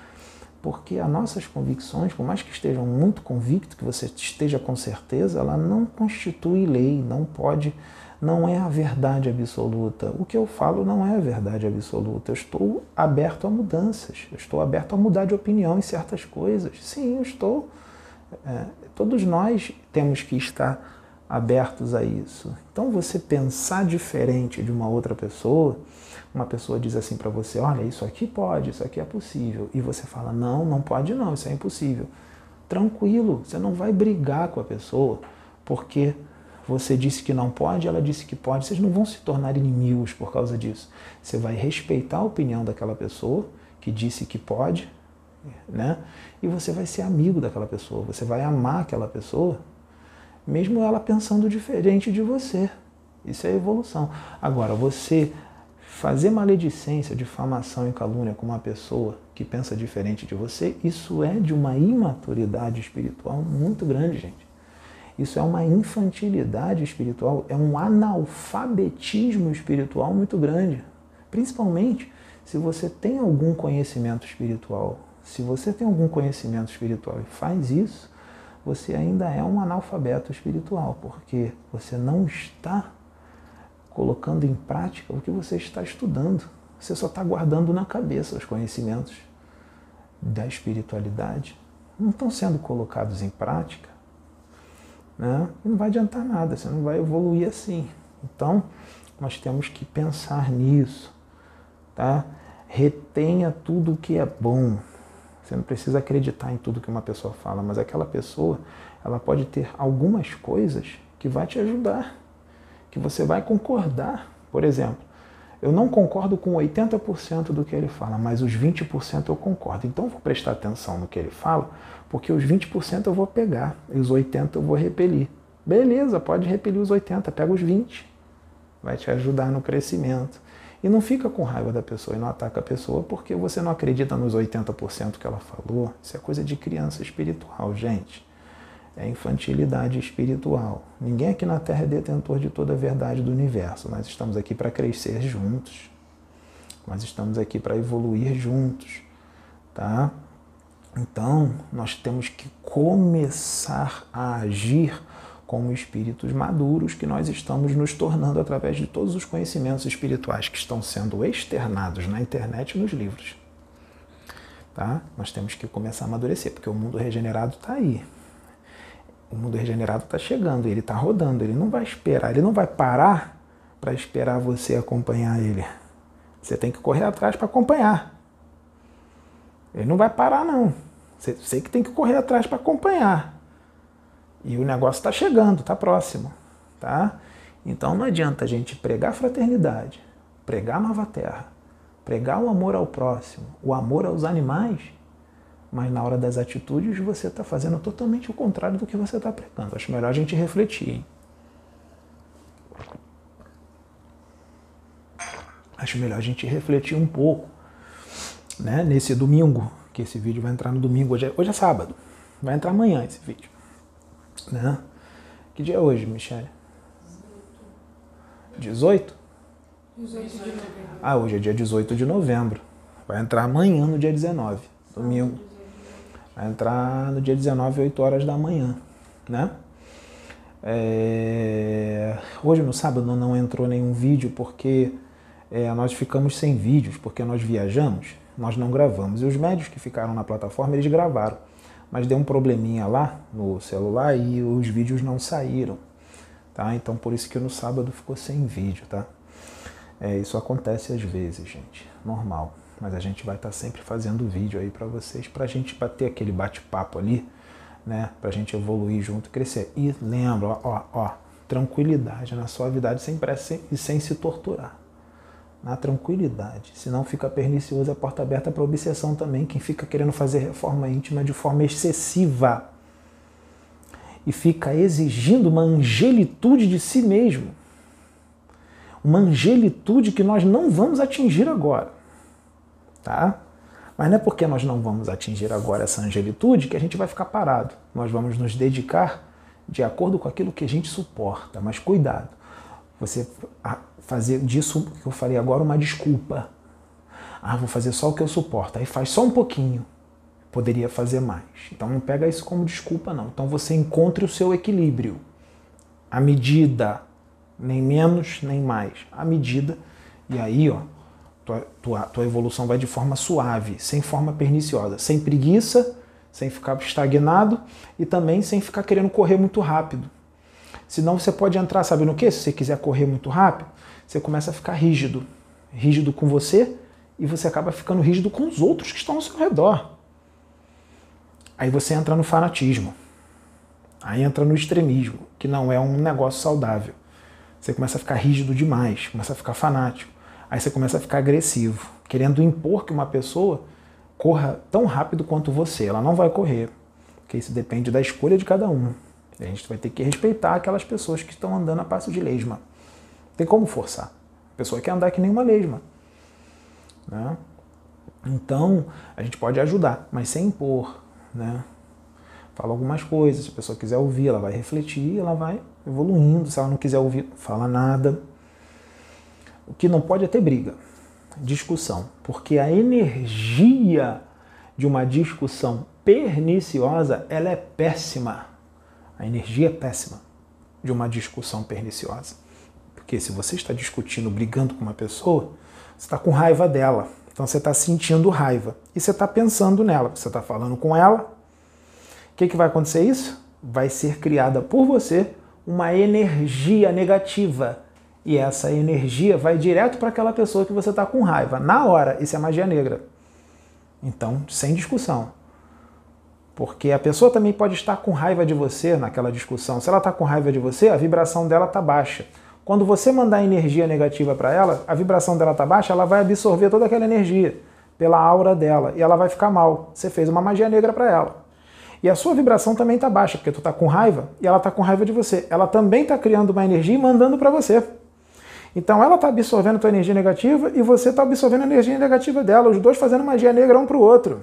porque as nossas convicções, por mais que estejam muito convictos, que você esteja com certeza, ela não constitui lei, não pode, não é a verdade absoluta. O que eu falo não é a verdade absoluta. Eu estou aberto a mudanças, eu estou aberto a mudar de opinião em certas coisas. Sim, eu estou. É, todos nós temos que estar abertos a isso. Então você pensar diferente de uma outra pessoa, uma pessoa diz assim para você, olha, isso aqui pode, isso aqui é possível, e você fala, não, não pode não, isso é impossível. Tranquilo, você não vai brigar com a pessoa, porque você disse que não pode, ela disse que pode, vocês não vão se tornar inimigos por causa disso. Você vai respeitar a opinião daquela pessoa que disse que pode, né? E você vai ser amigo daquela pessoa, você vai amar aquela pessoa, mesmo ela pensando diferente de você. Isso é evolução. Agora, você fazer maledicência, difamação e calúnia com uma pessoa que pensa diferente de você, isso é de uma imaturidade espiritual muito grande, gente. Isso é uma infantilidade espiritual, é um analfabetismo espiritual muito grande. Principalmente se você tem algum conhecimento espiritual. Se você tem algum conhecimento espiritual e faz isso, você ainda é um analfabeto espiritual, porque você não está colocando em prática o que você está estudando. Você só está guardando na cabeça os conhecimentos da espiritualidade. Não estão sendo colocados em prática, né? E não vai adiantar nada, você não vai evoluir assim. Então, nós temos que pensar nisso, tá? Retenha tudo o que é bom. Você não precisa acreditar em tudo que uma pessoa fala, mas aquela pessoa, ela pode ter algumas coisas que vai te ajudar, que você vai concordar. Por exemplo, eu não concordo com oitenta por cento do que ele fala, mas os vinte por cento eu concordo. Então eu vou prestar atenção no que ele fala, porque os vinte por cento eu vou pegar e os oitenta por cento eu vou repelir. Beleza, pode repelir os oitenta por cento, pega os vinte por cento. Vai te ajudar no crescimento. E não fica com raiva da pessoa e não ataca a pessoa porque você não acredita nos oitenta por cento que ela falou. Isso é coisa de criança espiritual, gente. É infantilidade espiritual. Ninguém aqui na Terra é detentor de toda a verdade do universo. Nós estamos aqui para crescer juntos. Nós estamos aqui para evoluir juntos, tá? Então, nós temos que começar a agir como espíritos maduros que nós estamos nos tornando através de todos os conhecimentos espirituais que estão sendo externados na internet e nos livros. Tá? Nós temos que começar a amadurecer, porque o mundo regenerado está aí. O mundo regenerado está chegando, ele está rodando, ele não vai esperar, ele não vai parar para esperar você acompanhar ele. Você tem que correr atrás para acompanhar. Ele não vai parar, não. Você, você que tem que correr atrás para acompanhar. E o negócio está chegando, está próximo, tá? Então não adianta a gente pregar fraternidade, pregar nova terra, pregar o amor ao próximo, o amor aos animais, mas na hora das atitudes você está fazendo totalmente o contrário do que você está pregando. Acho melhor a gente refletir, hein? Acho melhor a gente refletir um pouco, né? Nesse domingo, que esse vídeo vai entrar no domingo, hoje é, hoje é sábado, vai entrar amanhã esse vídeo. Né? Que dia é hoje, Michele? dezoito? dezoito de novembro. Ah, hoje é dia dezoito de novembro. Vai entrar amanhã no dia dezenove, domingo. Vai entrar no dia dezenove, oito horas da manhã, né? É... Hoje no sábado não entrou nenhum vídeo porque é, nós ficamos sem vídeos porque nós viajamos, nós não gravamos. E os médios que ficaram na plataforma, eles gravaram. Mas deu um probleminha lá no celular e os vídeos não saíram. Tá? Então por isso que no sábado ficou sem vídeo. Tá? É, isso acontece às vezes, gente. Normal. Mas a gente vai estar sempre fazendo vídeo aí para vocês, para a gente bater aquele bate-papo ali, né? Para a gente evoluir junto, crescer. E lembra, ó, ó, tranquilidade, na suavidade, sem pressa e sem se torturar. Na tranquilidade, senão fica pernicioso, a porta aberta para obsessão também, quem fica querendo fazer reforma íntima de forma excessiva e fica exigindo uma angelitude de si mesmo, uma angelitude que nós não vamos atingir agora. Tá? Mas não é porque nós não vamos atingir agora essa angelitude que a gente vai ficar parado. Nós vamos nos dedicar de acordo com aquilo que a gente suporta. Mas cuidado, você fazer disso que eu falei agora uma desculpa. Ah, vou fazer só o que eu suporto. Aí faz só um pouquinho. Poderia fazer mais. Então não pega isso como desculpa, não. Então você encontre o seu equilíbrio. A medida, nem menos, nem mais. A medida. E aí, ó, Tua, tua, tua evolução vai de forma suave, sem forma perniciosa, sem preguiça, sem ficar estagnado e também sem ficar querendo correr muito rápido. Senão você pode entrar, sabe no quê? Se você quiser correr muito rápido, você começa a ficar rígido. Rígido com você e você acaba ficando rígido com os outros que estão ao seu redor. Aí você entra no fanatismo. Aí entra no extremismo, que não é um negócio saudável. Você começa a ficar rígido demais, começa a ficar fanático. Aí você começa a ficar agressivo, querendo impor que uma pessoa corra tão rápido quanto você. Ela não vai correr, porque isso depende da escolha de cada um. A gente vai ter que respeitar aquelas pessoas que estão andando a passo de lesma. Tem como forçar. A pessoa quer andar que nem uma lesma. Né? Então, a gente pode ajudar, mas sem impor. Né? Fala algumas coisas, se a pessoa quiser ouvir, ela vai refletir, ela vai evoluindo. Se ela não quiser ouvir, não fala nada. O que não pode é ter briga, discussão, porque a energia de uma discussão perniciosa, ela é péssima. A energia é péssima de uma discussão perniciosa. Porque se você está discutindo, brigando com uma pessoa, você está com raiva dela. Então você está sentindo raiva. E você está pensando nela. Você está falando com ela. O que, que vai acontecer isso? Vai ser criada por você uma energia negativa. E essa energia vai direto para aquela pessoa que você está com raiva. Na hora, isso é magia negra. Então, sem discussão. Porque a pessoa também pode estar com raiva de você naquela discussão. Se ela está com raiva de você, a vibração dela está baixa. Quando você mandar energia negativa para ela, a vibração dela está baixa, ela vai absorver toda aquela energia pela aura dela. E ela vai ficar mal. Você fez uma magia negra para ela. E a sua vibração também está baixa, porque tu está com raiva e ela está com raiva de você. Ela também está criando uma energia e mandando para você. Então ela está absorvendo a tua energia negativa e você está absorvendo a energia negativa dela, os dois fazendo magia negra um para o outro.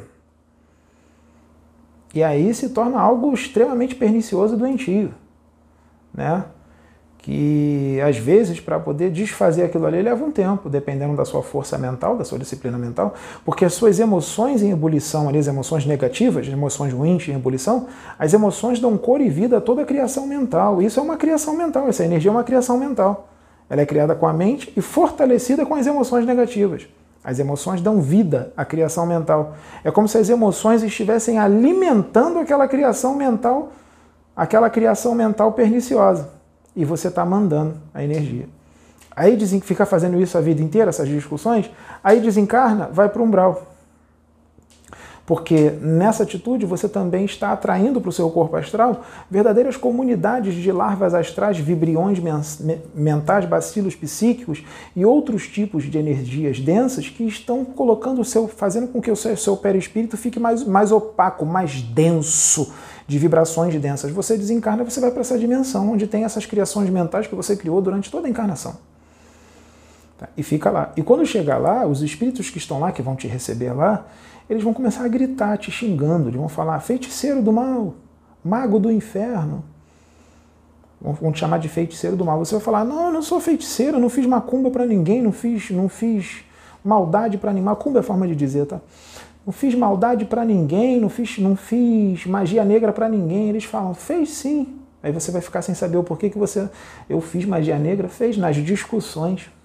E aí se torna algo extremamente pernicioso e doentio. Né? Que às vezes para poder desfazer aquilo ali leva um tempo, dependendo da sua força mental, da sua disciplina mental, porque as suas emoções em ebulição, ali, as emoções negativas, as emoções ruins em ebulição, as emoções dão cor e vida a toda a criação mental. Isso é uma criação mental, essa energia é uma criação mental. Ela é criada com a mente e fortalecida com as emoções negativas. As emoções dão vida à criação mental. É como se as emoções estivessem alimentando aquela criação mental, aquela criação mental perniciosa. E você está mandando a energia. Aí fica fazendo isso a vida inteira, essas discussões, aí desencarna, vai para o umbral. Porque nessa atitude você também está atraindo para o seu corpo astral verdadeiras comunidades de larvas astrais, vibriões mentais, bacilos psíquicos e outros tipos de energias densas que estão colocando o seu, fazendo com que o seu, seu perispírito fique mais, mais opaco, mais denso, de vibrações densas. Você desencarna, você vai para essa dimensão onde tem essas criações mentais que você criou durante toda a encarnação. Tá? E fica lá. E quando chegar lá, os espíritos que estão lá, que vão te receber lá, eles vão começar a gritar, te xingando, eles vão falar, feiticeiro do mal, mago do inferno. Vão te chamar de feiticeiro do mal. Você vai falar, não, eu não sou feiticeiro, eu não fiz macumba para ninguém, não fiz, não fiz maldade para ninguém. Macumba é forma de dizer, tá? Não fiz maldade para ninguém, não fiz, não fiz magia negra para ninguém. Eles falam, fez sim. Aí você vai ficar sem saber o porquê que você, eu fiz magia negra. Fez nas discussões.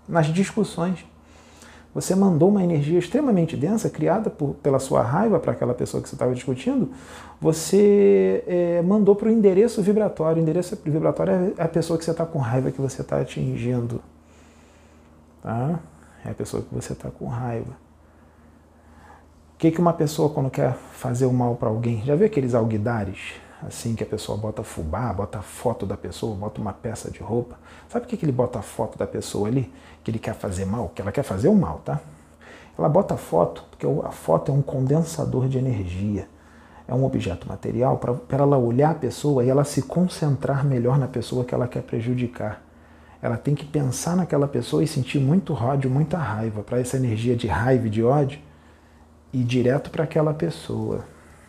nas discussões. Você mandou uma energia extremamente densa, criada por, pela sua raiva para aquela pessoa que você estava discutindo, você é, mandou para o endereço vibratório. O endereço vibratório é a pessoa que você está com raiva, que você está atingindo. Tá? É a pessoa que você está com raiva. O que, que uma pessoa, quando quer fazer o mal para alguém, já viu aqueles alguidares? Assim, que a pessoa bota fubá, bota a foto da pessoa, bota uma peça de roupa. Sabe por que, que ele bota a foto da pessoa ali? Que ele quer fazer mal? Que ela quer fazer o mal, tá? Ela bota a foto, porque a foto é um condensador de energia. É um objeto material para ela olhar a pessoa e ela se concentrar melhor na pessoa que ela quer prejudicar. Ela tem que pensar naquela pessoa e sentir muito ódio, muita raiva, para essa energia de raiva e de ódio ir direto para aquela pessoa.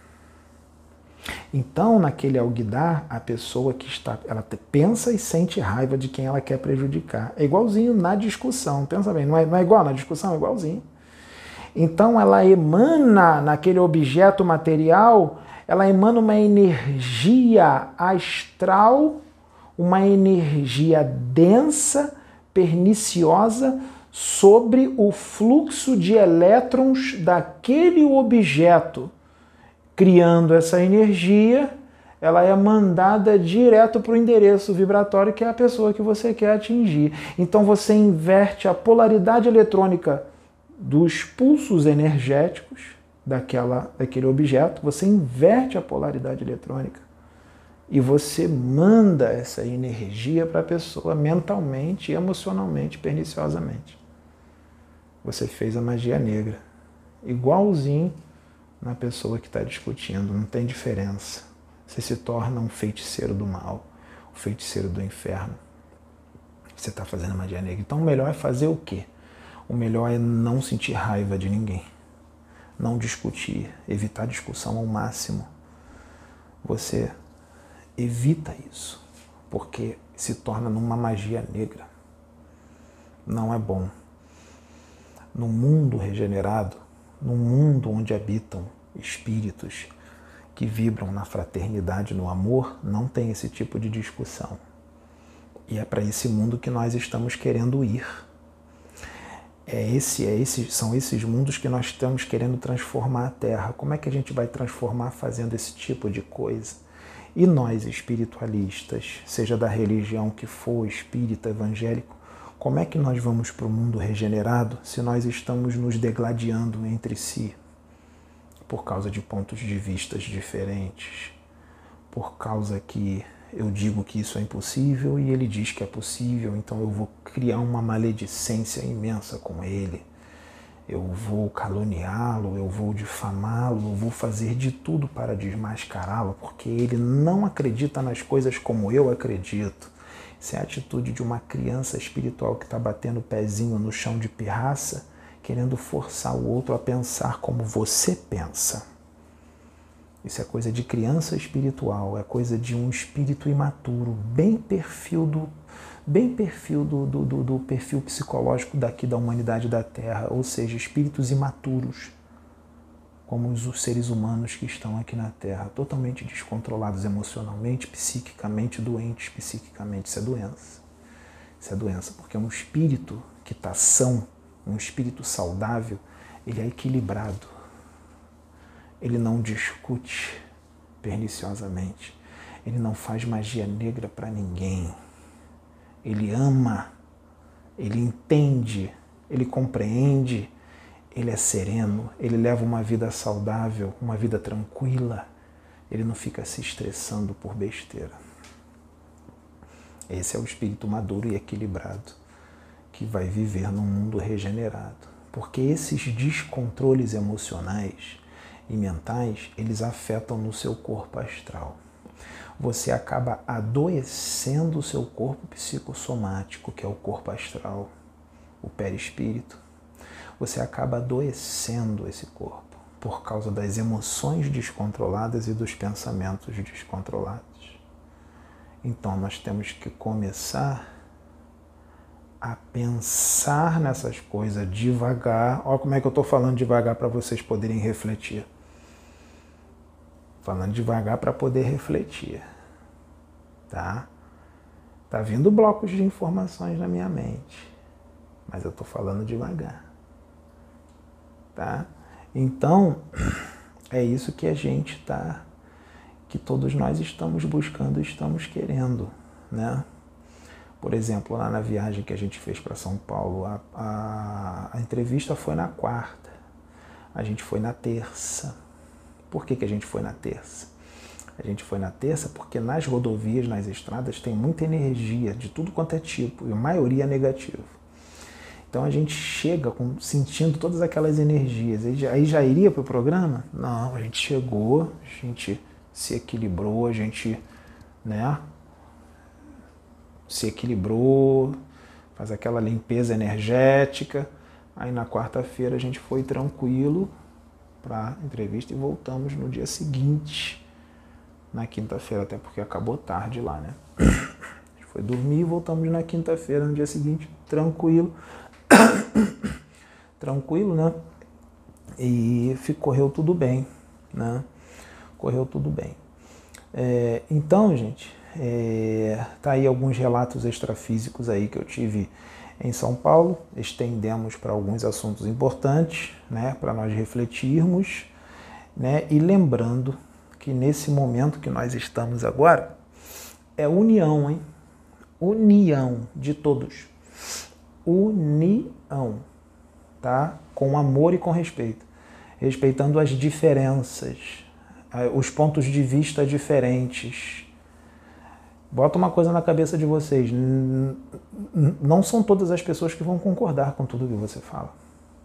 Então, naquele alguidar, a pessoa que está, ela pensa e sente raiva de quem ela quer prejudicar. É igualzinho na discussão, pensa bem, não é, não é igual na discussão, é igualzinho. Então, ela emana naquele objeto material, ela emana uma energia astral, uma energia densa, perniciosa, sobre o fluxo de elétrons daquele objeto. Criando essa energia, ela é mandada direto para o endereço vibratório, que é a pessoa que você quer atingir. Então você inverte a polaridade eletrônica dos pulsos energéticos daquela, daquele objeto, você inverte a polaridade eletrônica e você manda essa energia para a pessoa mentalmente e emocionalmente, perniciosamente. Você fez a magia negra, igualzinho na pessoa que está discutindo, não tem diferença. Você se torna um feiticeiro do mal, um feiticeiro do inferno. Você está fazendo magia negra. Então o melhor é fazer o quê? O melhor é não sentir raiva de ninguém. Não discutir, evitar discussão ao máximo. Você evita isso, porque se torna numa magia negra. Não é bom. No mundo regenerado, num mundo onde habitam espíritos que vibram na fraternidade, no amor, não tem esse tipo de discussão. E é para esse mundo que nós estamos querendo ir. É esse, é esse, são esses mundos que nós estamos querendo transformar a Terra. Como é que a gente vai transformar fazendo esse tipo de coisa? E nós, espiritualistas, seja da religião que for, espírita, evangélico, como é que nós vamos para o mundo regenerado se nós estamos nos degladiando entre si por causa de pontos de vista diferentes, por causa que eu digo que isso é impossível e ele diz que é possível, então eu vou criar uma maledicência imensa com ele, eu vou caluniá-lo, eu vou difamá-lo, eu vou fazer de tudo para desmascará-lo, porque ele não acredita nas coisas como eu acredito. Isso é a atitude de uma criança espiritual que está batendo o pezinho no chão de pirraça, querendo forçar o outro a pensar como você pensa. Isso é coisa de criança espiritual, é coisa de um espírito imaturo, bem perfil do, bem perfil do, do, do, do perfil psicológico daqui da humanidade da Terra, ou seja, espíritos imaturos, como os seres humanos que estão aqui na Terra, totalmente descontrolados emocionalmente, psiquicamente, doentes psiquicamente. Isso é doença. Isso é doença, porque um espírito que está são, um espírito saudável, ele é equilibrado. Ele não discute perniciosamente. Ele não faz magia negra para ninguém. Ele ama, ele entende, ele compreende, ele é sereno, ele leva uma vida saudável, uma vida tranquila. Ele não fica se estressando por besteira. Esse é o espírito maduro e equilibrado que vai viver num mundo regenerado. Porque esses descontroles emocionais e mentais, eles afetam no seu corpo astral. Você acaba adoecendo o seu corpo psicossomático, que é o corpo astral, o perispírito. Você acaba adoecendo esse corpo por causa das emoções descontroladas e dos pensamentos descontrolados. Então nós temos que começar a pensar nessas coisas devagar. Olha como é que eu estou falando devagar para vocês poderem refletir. Falando devagar para poder refletir. Tá? Tá vindo blocos de informações na minha mente. mas eu estou falando devagar. Tá? Então, é isso que a gente está, que todos nós estamos buscando, estamos querendo, né? Por exemplo, lá na viagem que a gente fez para São Paulo, a, a, a entrevista foi na quarta, a gente foi na terça. Por que que a gente foi na terça? A gente foi na terça porque nas rodovias, nas estradas, tem muita energia de tudo quanto é tipo, e a maioria é negativa. Então a gente chega com, sentindo todas aquelas energias. Aí já, aí já iria para o programa? Não, a gente chegou, a gente se equilibrou, a gente, né, se equilibrou, faz aquela limpeza energética. Aí na quarta-feira a gente foi tranquilo para a entrevista e voltamos no dia seguinte, na quinta-feira, até porque acabou tarde lá, né? A gente foi dormir e voltamos na quinta-feira, no dia seguinte, tranquilo. Tranquilo, né? E correu tudo bem, né? Correu tudo bem. É, então, gente, é, tá aí alguns relatos extrafísicos aí que eu tive em São Paulo. Estendemos para alguns assuntos importantes, né? Para nós refletirmos, né? E lembrando que nesse momento que nós estamos agora é união, hein? União de todos. União, tá? Com amor e com respeito. Respeitando as diferenças, os pontos de vista diferentes. Bota uma coisa na cabeça de vocês. Não são todas as pessoas que vão concordar com tudo que você fala.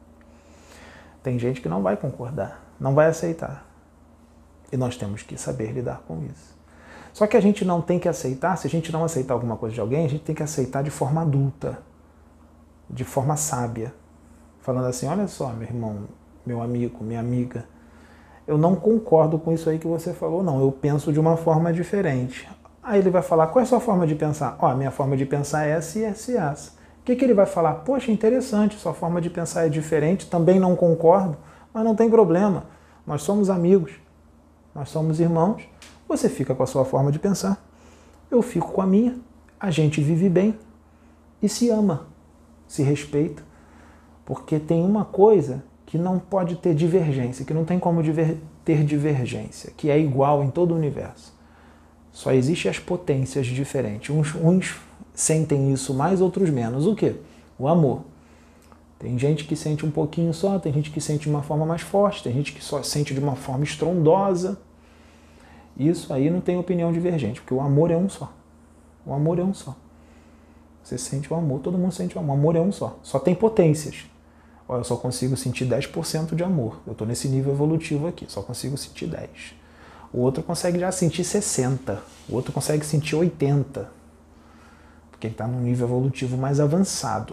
Tem gente que não vai concordar, não vai aceitar. E nós temos que saber lidar com isso. Só que a gente não tem que aceitar, se a gente não aceitar alguma coisa de alguém, a gente tem que aceitar de forma adulta, de forma sábia. Falando assim, olha só, meu irmão, meu amigo, minha amiga, eu não concordo com isso aí que você falou, não. Eu penso de uma forma diferente. Aí ele vai falar, qual é a sua forma de pensar? Ó, a minha forma de pensar é essa e essa e essa. O que que ele vai falar? Poxa, interessante, sua forma de pensar é diferente, também não concordo, mas não tem problema. Nós somos amigos, nós somos irmãos. Você fica com a sua forma de pensar, eu fico com a minha, a gente vive bem e se ama, se respeita. Porque tem uma coisa que não pode ter divergência, que não tem como diver, ter divergência, que é igual em todo o universo. Só existem as potências diferentes. Uns, uns sentem isso mais, outros menos. O quê? O amor. Tem gente que sente um pouquinho só, tem gente que sente de uma forma mais forte, tem gente que só sente de uma forma estrondosa. Isso aí não tem opinião divergente, porque o amor é um só. O amor é um só. Você sente o amor, todo mundo sente o amor. O amor é um só. Só tem potências. Eu só consigo sentir dez por cento de amor. Eu estou nesse nível evolutivo aqui, só consigo sentir dez por cento. O outro consegue já sentir sessenta por cento. O outro consegue sentir oitenta por cento. Porque ele está num nível evolutivo mais avançado.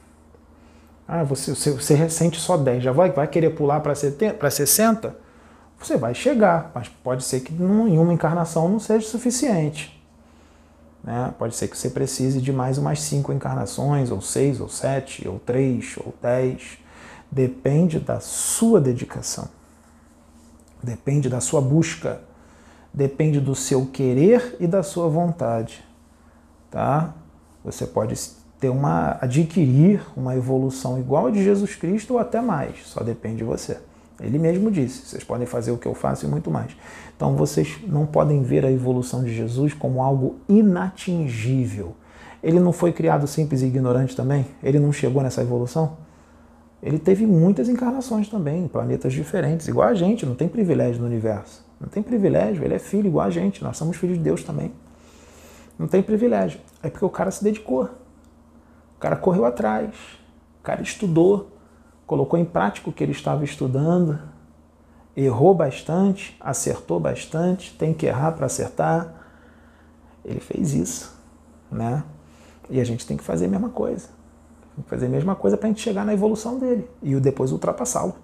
Ah, você, você, você sente só dez, já vai, vai querer pular para sessenta por cento? Você vai chegar, mas pode ser que em uma encarnação não seja suficiente. Né? Pode ser que você precise de mais umas cinco encarnações, ou seis, ou sete, ou três, ou dez. Depende da sua dedicação. Depende da sua busca. Depende do seu querer e da sua vontade. Tá? Você pode ter uma, adquirir uma evolução igual a de Jesus Cristo ou até mais. Só depende de você. Ele mesmo disse, vocês podem fazer o que eu faço e muito mais. Então vocês não podem ver a evolução de Jesus como algo inatingível. Ele não foi criado simples e ignorante também? Ele não chegou nessa evolução? Ele teve muitas encarnações também, em planetas diferentes, igual a gente, não tem privilégio no universo. Não tem privilégio, ele é filho igual a gente, nós somos filhos de Deus também. Não tem privilégio. É porque o cara se dedicou. O cara correu atrás. O cara estudou. Colocou em prática o que ele estava estudando, errou bastante, acertou bastante, tem que errar para acertar. Ele fez isso, né? E a gente tem que fazer a mesma coisa. Tem que fazer a mesma coisa para a gente chegar na evolução dele e depois ultrapassá-lo,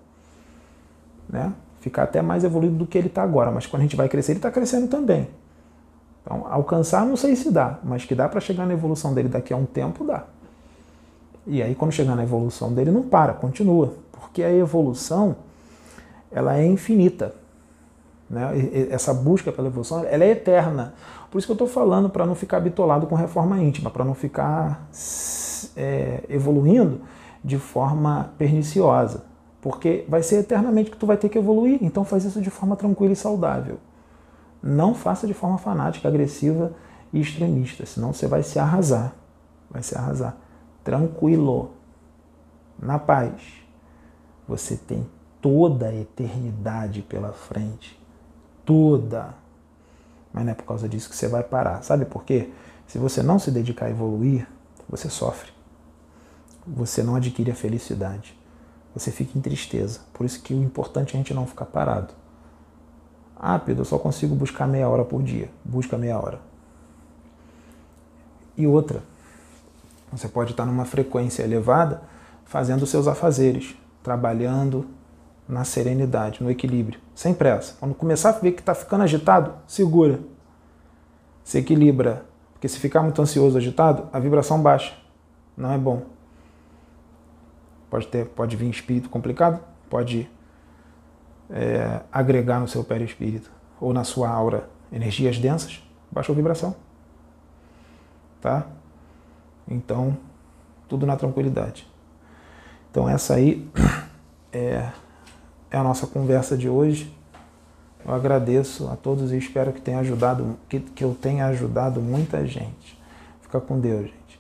né? Ficar até mais evoluído do que ele está agora, mas quando a gente vai crescer, ele está crescendo também. Então, alcançar não sei se dá, mas que dá para chegar na evolução dele daqui a um tempo, dá. E aí, quando chegar na evolução dele, não para, continua. Porque a evolução, ela é infinita. Né? Essa busca pela evolução, ela é eterna. Por isso que eu estou falando, para não ficar bitolado com reforma íntima, para não ficar é, evoluindo de forma perniciosa, porque vai ser eternamente que tu vai ter que evoluir, então faz isso de forma tranquila e saudável. Não faça de forma fanática, agressiva e extremista, senão você vai se arrasar, vai se arrasar. Tranquilo, na paz. Você tem toda a eternidade pela frente, toda. Mas não é por causa disso que você vai parar. Sabe por quê? Se você não se dedicar a evoluir, você sofre. Você não adquire a felicidade. Você fica em tristeza. Por isso que o importante é a gente não ficar parado. Ah, Pedro, eu só consigo buscar meia hora por dia. Busca meia hora. E outra, você pode estar numa frequência elevada fazendo seus afazeres, trabalhando na serenidade, no equilíbrio, sem pressa. Quando começar a ver que está ficando agitado, segura. Se equilibra. Porque se ficar muito ansioso, agitado, a vibração baixa. Não é bom. Pode, ter, pode vir espírito complicado, pode é, agregar no seu perispírito ou na sua aura energias densas, baixa a vibração. Tá? Então, tudo na tranquilidade. Então essa aí é, é a nossa conversa de hoje. Eu agradeço a todos e espero que tenha ajudado, que, que eu tenha ajudado muita gente. Fica com Deus, gente.